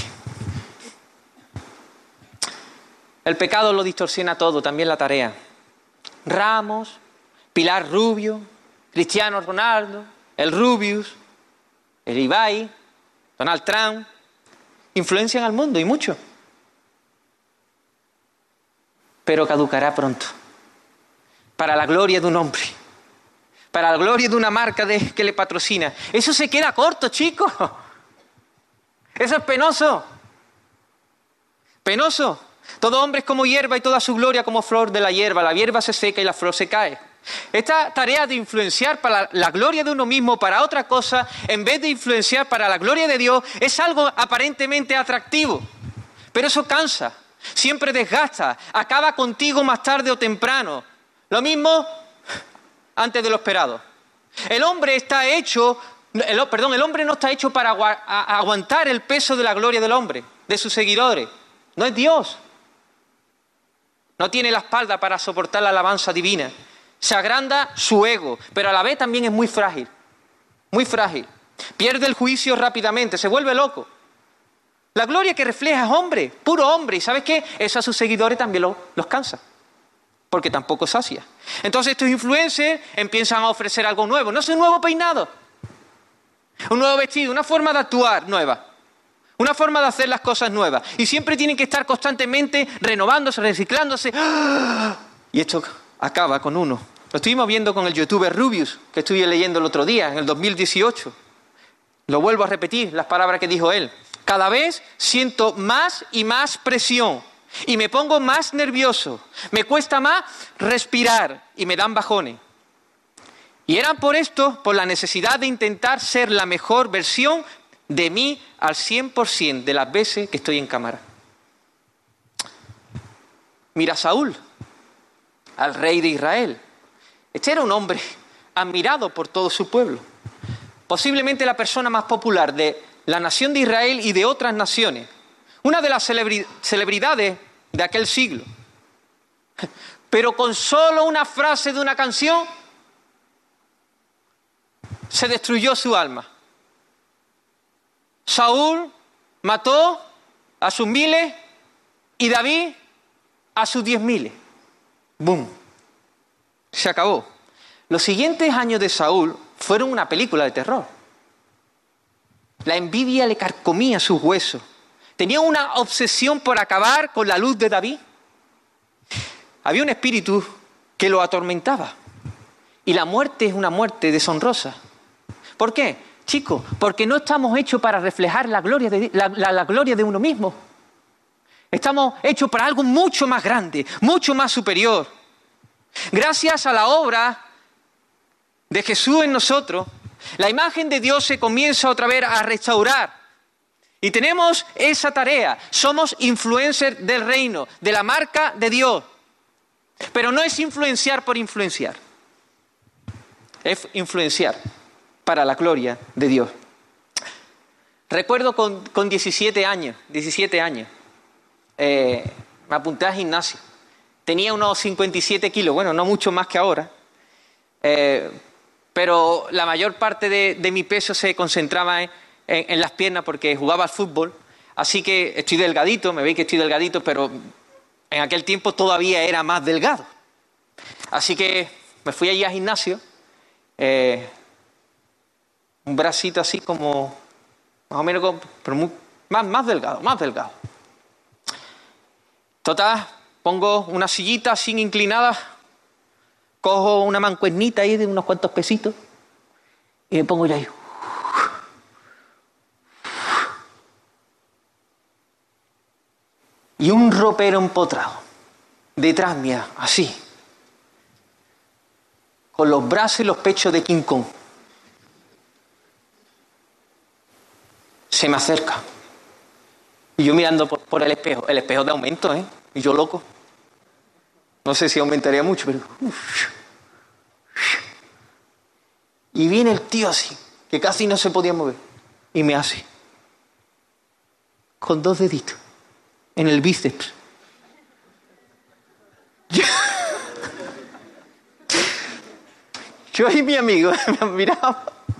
El pecado lo distorsiona todo, también la tarea. Ramos, Pilar Rubio, Cristiano Ronaldo, el Rubius, el Ibai, Donald Trump, influencian al mundo y mucho. Pero caducará pronto. Para la gloria de un hombre. Para la gloria de una marca que le patrocina. Eso se queda corto, chicos. Eso es penoso. Penoso. Todo hombre es como hierba y toda su gloria como flor de la hierba. La hierba se seca y la flor se cae. Esta tarea de influenciar para la gloria de uno mismo, para otra cosa, en vez de influenciar para la gloria de Dios, es algo aparentemente atractivo. Pero eso cansa, siempre desgasta, acaba contigo más tarde o temprano. Lo mismo antes de lo esperado. El hombre no está hecho para aguantar el peso de la gloria del hombre, de sus seguidores. No es Dios. No tiene la espalda para soportar la alabanza divina. Se agranda su ego, pero a la vez también es muy frágil. Muy frágil. Pierde el juicio rápidamente, se vuelve loco. La gloria que refleja es hombre, puro hombre. ¿Y sabes qué? Eso a sus seguidores también los cansa. Porque tampoco sacia. Entonces estos influencers empiezan a ofrecer algo nuevo. No es un nuevo peinado. Un nuevo vestido, una forma de actuar nueva. Una forma de hacer las cosas nuevas. Y siempre tienen que estar constantemente renovándose, reciclándose. Y esto acaba con uno. Lo estuvimos viendo con el youtuber Rubius, que estuve leyendo el otro día, en el 2018. Lo vuelvo a repetir, las palabras que dijo él. Cada vez siento más y más presión. Y me pongo más nervioso. Me cuesta más respirar y me dan bajones. Y eran por esto, por la necesidad de intentar ser la mejor versión de mí al 100% de las veces que estoy en cámara. Mira a Saúl, al rey de Israel. Este era un hombre admirado por todo su pueblo. Posiblemente la persona más popular de la nación de Israel y de otras naciones. una de las celebridades de aquel siglo. Pero con solo una frase de una canción se destruyó su alma. Saúl mató a sus miles y David a sus 10.000. ¡Bum! Se acabó. Los siguientes años de Saúl fueron una película de terror. La envidia le carcomía sus huesos. Tenía una obsesión por acabar con la luz de David. Había un espíritu que lo atormentaba. Y la muerte es una muerte deshonrosa. ¿Por qué? Chicos, porque no estamos hechos para reflejar la gloria la gloria de uno mismo. Estamos hechos para algo mucho más grande, mucho más superior. Gracias a la obra de Jesús en nosotros, la imagen de Dios se comienza otra vez a restaurar. Y tenemos esa tarea. Somos influencers del reino, de la marca de Dios. Pero no es influenciar por influenciar. Es influenciar para la gloria de Dios. Recuerdo con 17 años, me apunté al gimnasio. Tenía unos 57 kilos, bueno, no mucho más que ahora. Pero la mayor parte de mi peso se concentraba en las piernas porque jugaba al fútbol. Así que estoy delgadito, me veis que estoy delgadito, pero en aquel tiempo todavía era más delgado. Así que me fui allí al gimnasio. Un bracito así como, más o menos, pero más delgado. Total, pongo una sillita así inclinada, cojo una mancuernita ahí de unos cuantos pesitos y me pongo yo ahí. Y un ropero empotrado, detrás mía, así, con los brazos y los pechos de King Kong. Se me acerca. Y yo mirando por el espejo de aumento, y yo loco. No sé si aumentaría mucho, pero... Y viene el tío así, que casi no se podía mover, y me hace, con 2 deditos, en el bíceps. Yo y mi amigo me miramos.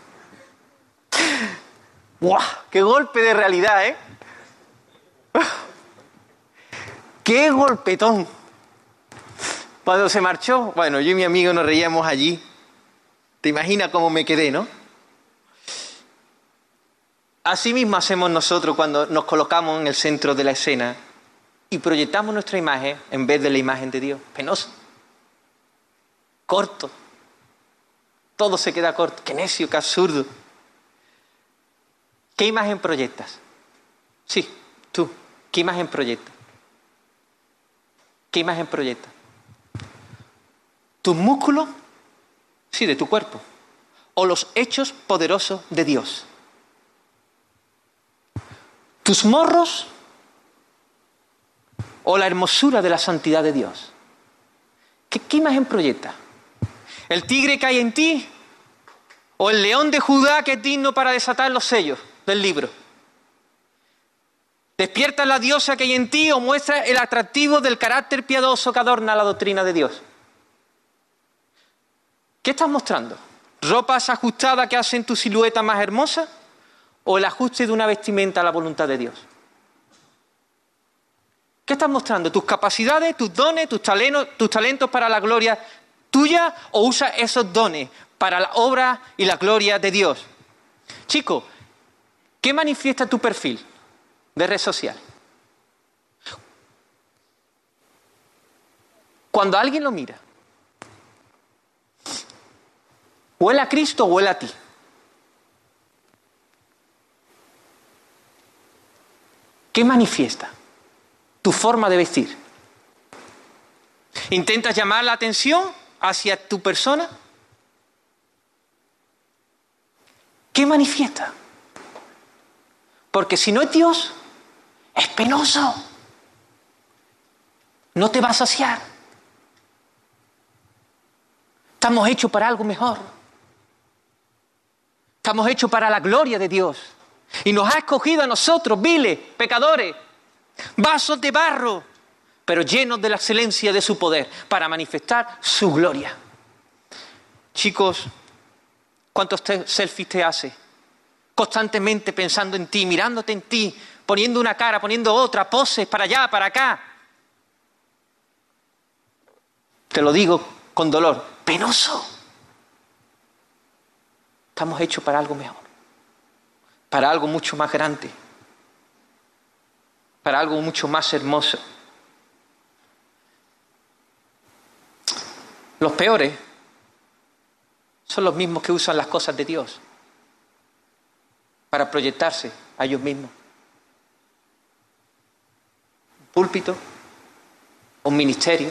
¡Guau! ¡Qué golpe de realidad, ¡Qué golpetón! Cuando se marchó, bueno, yo y mi amigo nos reíamos allí. ¿Te imaginas cómo me quedé, no? Así mismo hacemos nosotros cuando nos colocamos en el centro de la escena y proyectamos nuestra imagen en vez de la imagen de Dios. Penoso. Corto. Todo se queda corto. Qué necio, qué absurdo. ¿Qué imagen proyectas? Sí, tú. ¿Qué imagen proyectas? ¿Qué imagen proyectas? ¿Tus músculos? Sí, de tu cuerpo. ¿O los hechos poderosos de Dios? ¿Tus morros? ¿O la hermosura de la santidad de Dios? ¿Qué imagen proyectas? ¿El tigre que hay en ti? ¿O el león de Judá que es digno para desatar los sellos del libro? ¿Despierta la diosa que hay en ti o muestra el atractivo del carácter piadoso que adorna la doctrina de Dios? ¿Qué estás mostrando? ¿Ropas ajustadas que hacen tu silueta más hermosa? ¿O el ajuste de una vestimenta a la voluntad de Dios? ¿Qué estás mostrando? ¿Tus capacidades, tus dones, tus talentos para la gloria tuya? ¿O usas esos dones para la obra y la gloria de Dios? Chico, ¿qué manifiesta tu perfil de red social? Cuando alguien lo mira, ¿huele a Cristo o huele a ti? ¿Qué manifiesta tu forma de vestir? ¿Intentas llamar la atención hacia tu persona? ¿Qué manifiesta? Porque si no es Dios, es penoso. No te va a saciar. Estamos hechos para algo mejor. Estamos hechos para la gloria de Dios. Y nos ha escogido a nosotros, viles, pecadores, vasos de barro, pero llenos de la excelencia de su poder, para manifestar su gloria. Chicos, ¿cuántos selfies te haces? Constantemente pensando en ti, mirándote en ti, poniendo una cara, poniendo otra, poses para allá, para acá. Te lo digo con dolor, penoso. Estamos hechos para algo mejor, para algo mucho más grande, para algo mucho más hermoso. Los peores son los mismos que usan las cosas de Dios para proyectarse a ellos mismos. Un púlpito, un ministerio,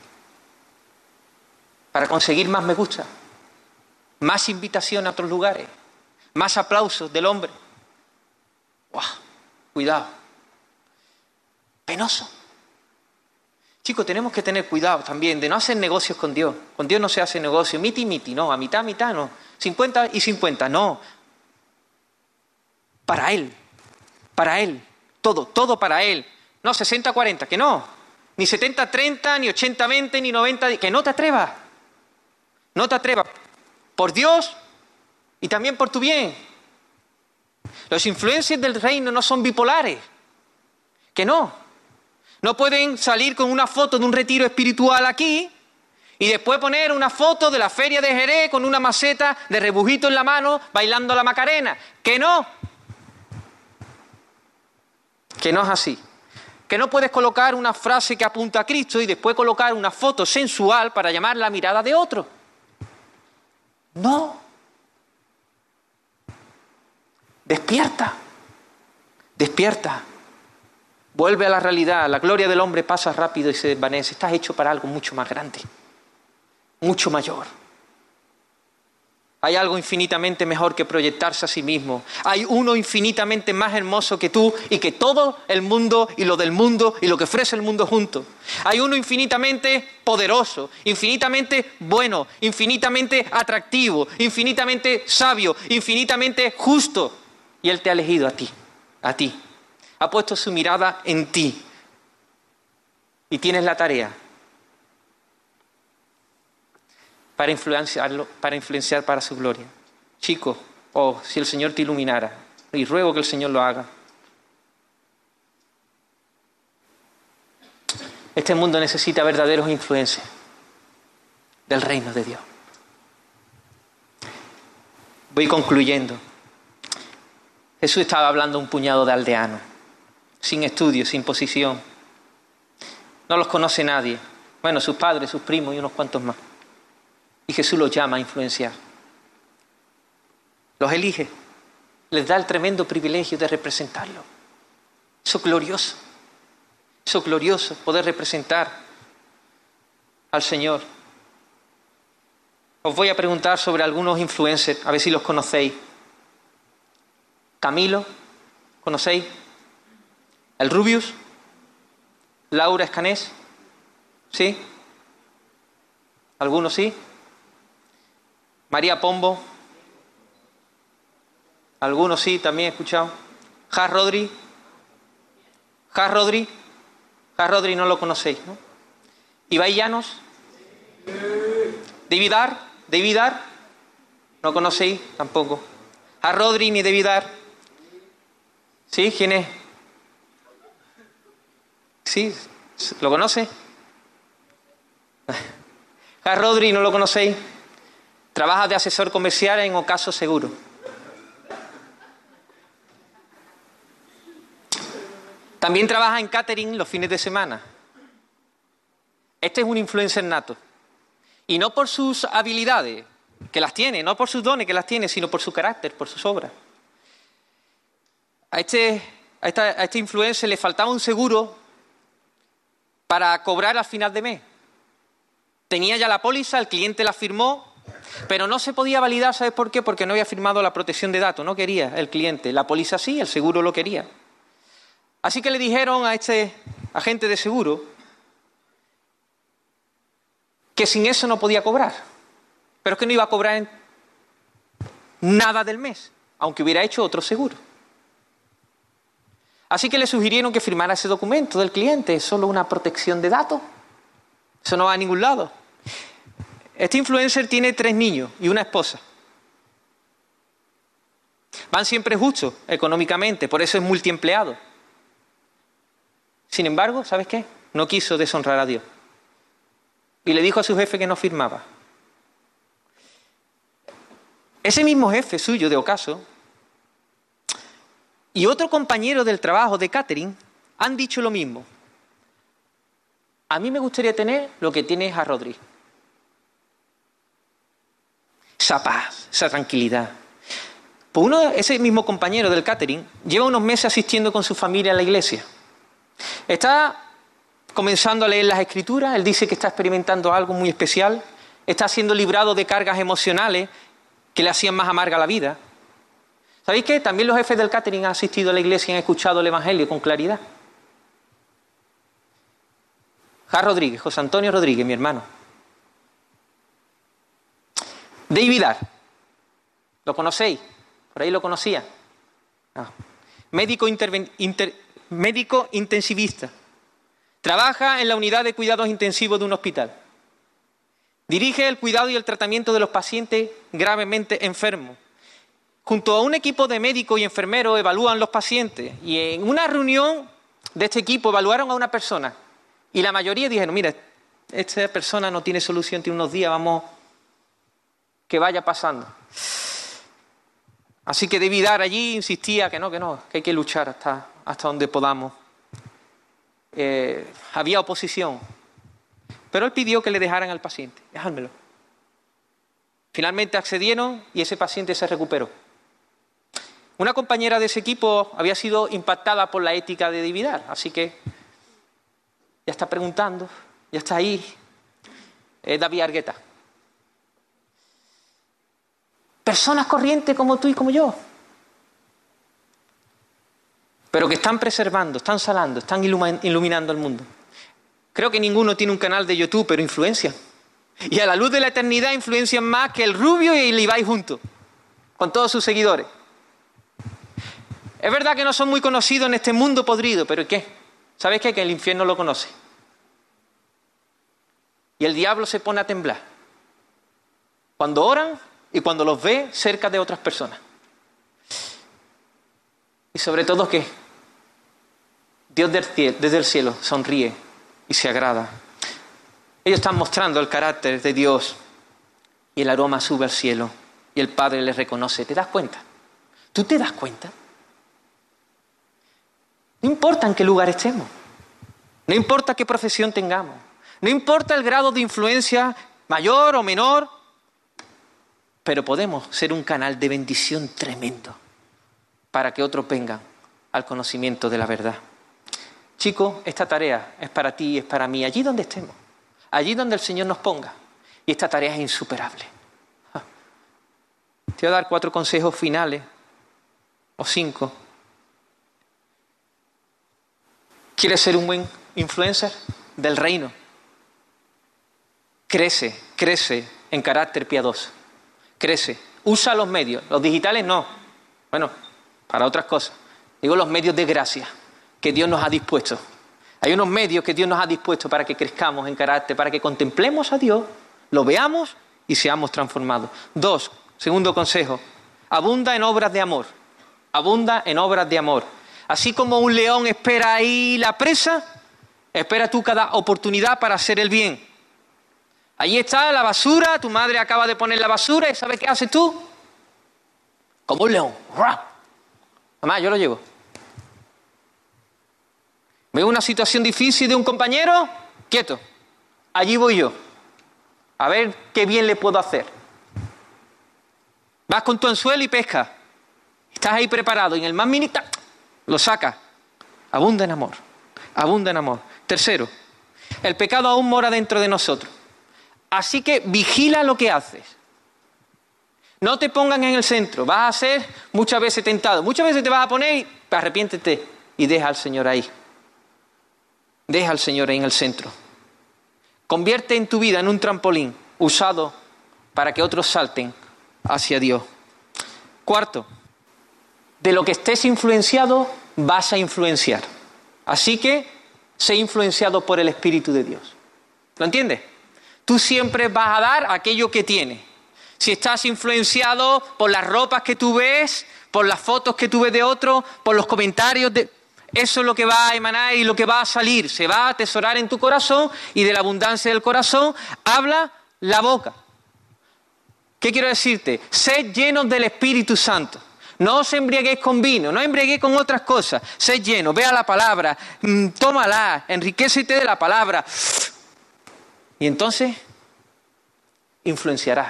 para conseguir más me gusta, más invitación a otros lugares, más aplausos del hombre. ¡Guau! Cuidado. Penoso. Chicos, tenemos que tener cuidado también de no hacer negocios con Dios. Con Dios no se hace negocio, miti, no, a mitad, no. 50 y 50, no. Para Él, todo para Él. No 60-40, que no. Ni 70-30, ni 80-20, ni 90, que no te atrevas. No te atrevas. Por Dios y también por tu bien. Los influencers del reino no son bipolares. Que no. No pueden salir con una foto de un retiro espiritual aquí y después poner una foto de la feria de Jerez con una maceta de rebujito en la mano bailando la Macarena. Que no. Que no es así. Que no puedes colocar una frase que apunta a Cristo y después colocar una foto sensual para llamar la mirada de otro. No. Despierta. Despierta. Vuelve a la realidad. La gloria del hombre pasa rápido y se desvanece. Estás hecho para algo mucho más grande. Mucho mayor. Hay algo infinitamente mejor que proyectarse a sí mismo. Hay uno infinitamente más hermoso que tú y que todo el mundo y lo del mundo y lo que ofrece el mundo juntos. Hay uno infinitamente poderoso, infinitamente bueno, infinitamente atractivo, infinitamente sabio, infinitamente justo. Y Él te ha elegido a ti, a ti. Ha puesto su mirada en ti. Y tienes la tarea para influenciar para su gloria. Chicos, si el Señor te iluminara, y ruego que el Señor lo haga. Este mundo necesita verdaderos influencers del reino de Dios. Voy concluyendo. Jesús estaba hablando a un puñado de aldeanos, sin estudio, sin posición. No los conoce nadie. Bueno, sus padres, sus primos y unos cuantos más. Y Jesús los llama a influenciar. Los elige. Les da el tremendo privilegio de representarlo. Eso es glorioso. Eso es glorioso, poder representar al Señor. Os voy a preguntar sobre algunos influencers, a ver si los conocéis. Camilo, ¿conocéis? El Rubius, Laura Escanés, ¿sí? ¿Algunos sí? María Pombo, algunos sí, también he escuchado. Jas Rodri no lo conocéis, ¿no? Ibai Llanos, David Ar, no conocéis tampoco. Jas Rodri ni David Ar. ¿Sí? ¿Quién es? ¿Sí? ¿Lo conoce? Jas Rodri no lo conocéis. Trabaja de asesor comercial en Ocaso Seguro. También trabaja en catering los fines de semana. Este es un influencer nato. Y no por sus habilidades, que las tiene, no por sus dones, que las tiene, sino por su carácter, por sus obras. A este influencer le faltaba un seguro para cobrar al final de mes. Tenía ya la póliza, el cliente la firmó, pero no se podía validar, ¿sabes por qué? Porque no había firmado la protección de datos, no quería el cliente. La póliza sí, el seguro lo quería. Así que le dijeron a este agente de seguro que sin eso no podía cobrar, pero es que no iba a cobrar nada del mes, aunque hubiera hecho otro seguro. Así que le sugirieron que firmara ese documento del cliente. Es solo una protección de datos. Eso no va a ningún lado. Este influencer tiene 3 niños y una esposa. Van siempre justos económicamente, por eso es multiempleado. Sin embargo, ¿sabes qué? No quiso deshonrar a Dios. Y le dijo a su jefe que no firmaba. Ese mismo jefe suyo, de ocaso, y otro compañero del trabajo de catering han dicho lo mismo. A mí me gustaría tener lo que tiene a Rodri. Esa paz, esa tranquilidad. Pues ese mismo compañero del catering lleva unos meses asistiendo con su familia a la iglesia. Está comenzando a leer las Escrituras, él dice que está experimentando algo muy especial, está siendo librado de cargas emocionales que le hacían más amarga la vida. ¿Sabéis qué? También los jefes del catering han asistido a la iglesia y han escuchado el Evangelio con claridad. Rodríguez, José Antonio Rodríguez, mi hermano. David Ar, ¿lo conocéis? Por ahí lo conocía. No. Médico intensivista. Trabaja en la unidad de cuidados intensivos de un hospital. Dirige el cuidado y el tratamiento de los pacientes gravemente enfermos. Junto a un equipo de médicos y enfermeros evalúan los pacientes. Y en una reunión de este equipo evaluaron a una persona. Y la mayoría dijeron, mira, esta persona no tiene solución, tiene unos días, vamos, que vaya pasando. Así que David Ar allí insistía que hay que luchar hasta donde podamos. Había oposición. Pero él pidió que le dejaran al paciente. Dejádmelo. Finalmente accedieron y ese paciente se recuperó. Una compañera de ese equipo había sido impactada por la ética de David Ar, así que ya está preguntando, ya está ahí. David Argueta. Personas corrientes como tú y como yo, pero que están preservando, están salando, están iluminando el mundo. Creo que ninguno tiene un canal de YouTube, pero influencian. Y a la luz de la eternidad influencian más que el Rubio y el Ibai juntos, con todos sus seguidores. Es verdad que no son muy conocidos en este mundo podrido, pero ¿qué? ¿Sabes qué? Que el infierno lo conoce. Y el diablo se pone a temblar cuando oran y cuando los ve cerca de otras personas. Y sobre todo que Dios desde el cielo sonríe y se agrada. Ellos están mostrando el carácter de Dios y el aroma sube al cielo y el Padre les reconoce. ¿Te das cuenta? ¿Tú te das cuenta? No importa en qué lugar estemos, no importa qué profesión tengamos, no importa el grado de influencia mayor o menor, pero podemos ser un canal de bendición tremendo para que otros vengan al conocimiento de la verdad. Chicos, esta tarea es para ti y es para mí, allí donde estemos, allí donde el Señor nos ponga. Y esta tarea es insuperable. Te voy a dar 4 consejos finales, o 5. ¿Quieres ser un buen influencer del reino? Crece en carácter piadoso. Crece. Usa los medios. Los digitales no. Bueno, para otras cosas. Digo los medios de gracia que Dios nos ha dispuesto. Hay unos medios que Dios nos ha dispuesto para que crezcamos en carácter, para que contemplemos a Dios, lo veamos y seamos transformados. 2, segundo consejo. Abunda en obras de amor. Abunda en obras de amor. Así como un león espera ahí la presa, espera tú cada oportunidad para hacer el bien. Ahí está la basura, tu madre acaba de poner la basura y ¿sabes qué haces tú? Como un león. Mamá, yo lo llevo. ¿Veo una situación difícil de un compañero? Quieto. Allí voy yo. A ver qué bien le puedo hacer. Vas con tu anzuelo y pescas. Estás ahí preparado y en el más mínimo lo sacas. Abunda en amor. Abunda en amor. Tercero, el pecado aún mora dentro de nosotros. Así que vigila lo que haces. No te pongan en el centro. Vas a ser muchas veces tentado. Muchas veces te vas a poner y arrepiéntete y deja al Señor ahí. Deja al Señor ahí en el centro. Convierte en tu vida en un trampolín usado para que otros salten hacia Dios. Cuarto, de lo que estés influenciado, vas a influenciar. Así que, sé influenciado por el Espíritu de Dios. ¿Lo entiendes? Tú siempre vas a dar aquello que tienes. Si estás influenciado por las ropas que tú ves, por las fotos que tú ves de otros, por los comentarios de... Eso es lo que va a emanar y lo que va a salir. Se va a atesorar en tu corazón y de la abundancia del corazón habla la boca. ¿Qué quiero decirte? Sed llenos del Espíritu Santo. No os embriaguéis con vino, no embriaguéis con otras cosas. Sed llenos, vea la palabra, tómala, enriquécete de la palabra. Y entonces influenciará.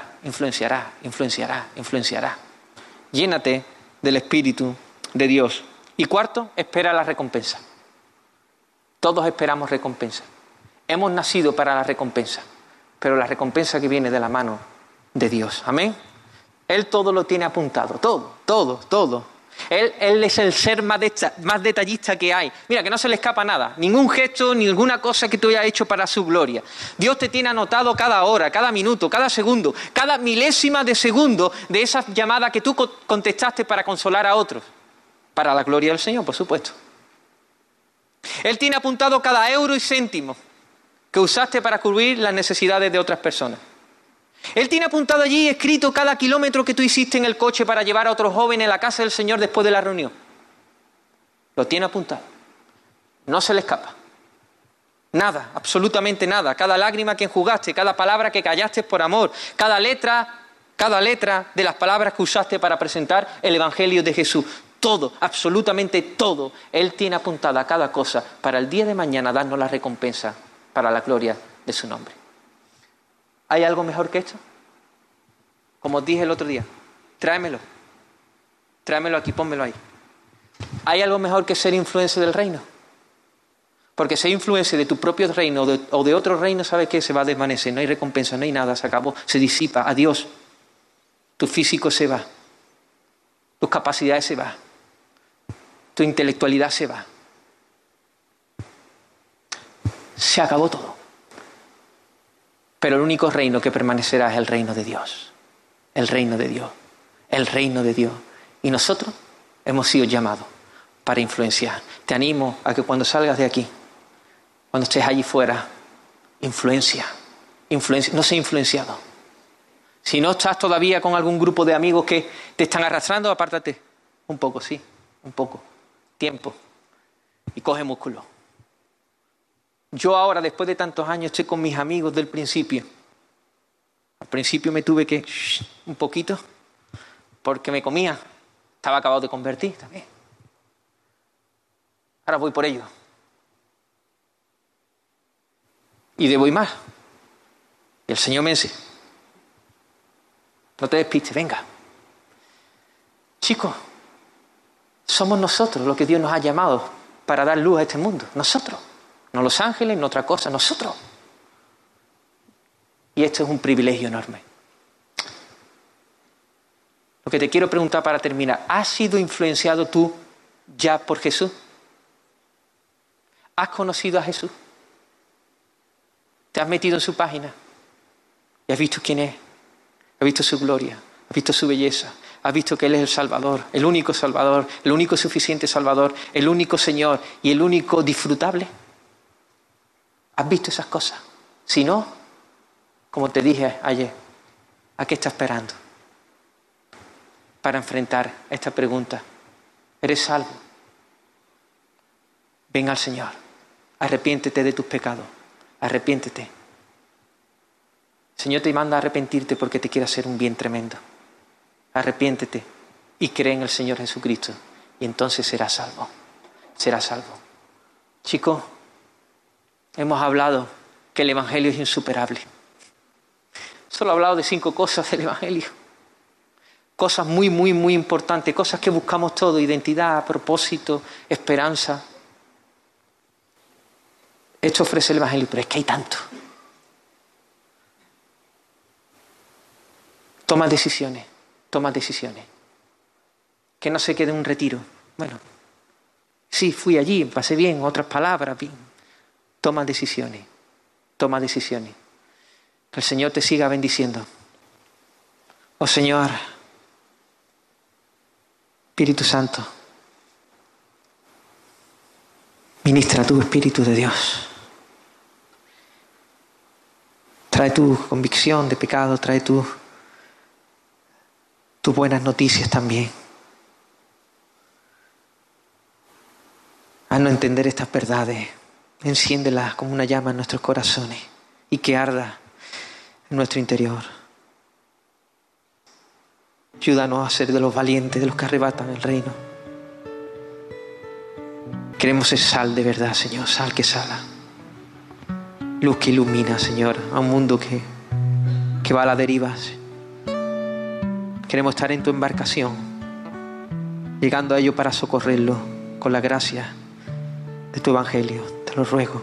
Llénate del Espíritu de Dios. Y cuarto, espera la recompensa. Todos esperamos recompensa. Hemos nacido para la recompensa, pero la recompensa que viene de la mano de Dios. Amén. Él todo lo tiene apuntado, todo. Él es el ser más detallista que hay. Mira, que no se le escapa nada, ningún gesto, ninguna cosa que tú hayas hecho para su gloria. Dios te tiene anotado cada hora, cada minuto, cada segundo, cada milésima de segundo de esa llamada que tú contestaste para consolar a otros. Para la gloria del Señor, por supuesto. Él tiene apuntado cada euro y céntimo que usaste para cubrir las necesidades de otras personas. Él tiene apuntado allí, escrito cada kilómetro que tú hiciste en el coche para llevar a otros jóvenes a la casa del Señor después de la reunión. Lo tiene apuntado. No se le escapa. Nada, absolutamente nada. Cada lágrima que enjugaste, cada palabra que callaste por amor, cada letra de las palabras que usaste para presentar el Evangelio de Jesús. Todo, absolutamente todo. Él tiene apuntada cada cosa para el día de mañana darnos la recompensa para la gloria de su nombre. ¿Hay algo mejor que esto? Como os dije el otro día, tráemelo aquí, pónmelo ahí. ¿Hay algo mejor que ser influencer del reino? Porque ser influencer de tu propio reino o de otro reino, ¿sabes qué? Se va a desvanecer, no hay recompensa, no hay nada, se acabó, se disipa, adiós. Tu físico se va, tus capacidades se van, tu intelectualidad se va. Se acabó todo. Pero el único reino que permanecerá es el reino de Dios. El reino de Dios. El reino de Dios. Y nosotros hemos sido llamados para influenciar. Te animo a que cuando salgas de aquí, cuando estés allí fuera, influencia. No sé influenciado. Si no estás todavía con algún grupo de amigos que te están arrastrando, apártate. Un poco, sí. Un poco. Tiempo. Y coge músculo. Yo ahora, después de tantos años, estoy con mis amigos del principio. Al principio me tuve que... un poquito, porque me comía. Estaba acabado de convertir también. Ahora voy por ello. Y debo ir más. Y el Señor me dice, no te despistes, venga. Chicos, somos nosotros los que Dios nos ha llamado para dar luz a este mundo. Nosotros. No los ángeles, no otra cosa, nosotros. Y esto es un privilegio enorme. Lo que te quiero preguntar para terminar, ¿has sido influenciado tú ya por Jesús? ¿Has conocido a Jesús? ¿Te has metido en su página? ¿Y has visto quién es? ¿Has visto su gloria? ¿Has visto su belleza? ¿Has visto que Él es el Salvador, el único suficiente Salvador, el único Señor y el único disfrutable? ¿Has visto esas cosas? Si no, como te dije ayer, ¿a qué estás esperando para enfrentar esta pregunta? ¿Eres salvo? Ven al Señor. Arrepiéntete de tus pecados. Arrepiéntete. El Señor te manda a arrepentirte porque te quiere hacer un bien tremendo. Arrepiéntete y cree en el Señor Jesucristo y entonces serás salvo. Serás salvo. Chicos, hemos hablado que el Evangelio es insuperable. Solo he hablado de 5 cosas del Evangelio. Cosas muy, muy, muy importantes. Cosas que buscamos todo. Identidad, propósito, esperanza. Esto ofrece el Evangelio, pero es que hay tanto. Toma decisiones. Que no se quede un retiro. Bueno, sí, fui allí, pasé bien, otras palabras, bien. Toma decisiones. Que el Señor te siga bendiciendo. Oh Señor, Espíritu Santo, Ministra tu Espíritu de Dios. Trae tu convicción de pecado, trae tus buenas noticias también. Haznos entender estas verdades, enciéndelas como una llama en nuestros corazones y que arda en nuestro interior. Ayúdanos a ser de los valientes, de los que arrebatan el reino. Queremos ser sal de verdad, Señor, sal que sala. Luz que ilumina, Señor, a un mundo que va a la deriva. Queremos estar en tu embarcación, llegando a ello para socorrerlo con la gracia de tu evangelio. Te lo ruego.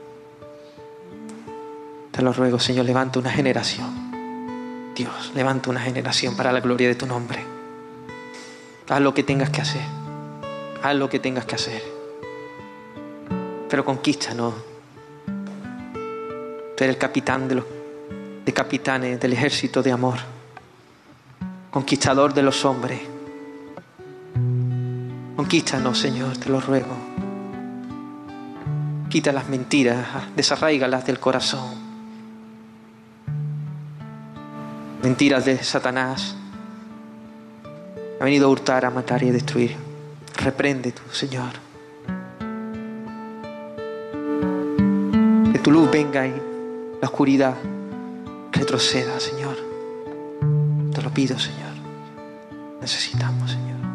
Te lo ruego, Señor, levanta una generación. Dios, levanta una generación para la gloria de tu nombre. Haz lo que tengas que hacer. Haz lo que tengas que hacer. Pero conquístanos. Tú eres el capitán de capitanes del ejército de amor. Conquistador de los hombres. Conquístanos, Señor, te lo ruego. Quita las mentiras, desarráigalas del corazón. Mentiras de Satanás. Ha venido a hurtar, a matar y a destruir. Reprende tú, Señor. Que tu luz venga y la oscuridad retroceda, Señor. Te lo pido, Señor. Necesitamos, Señor.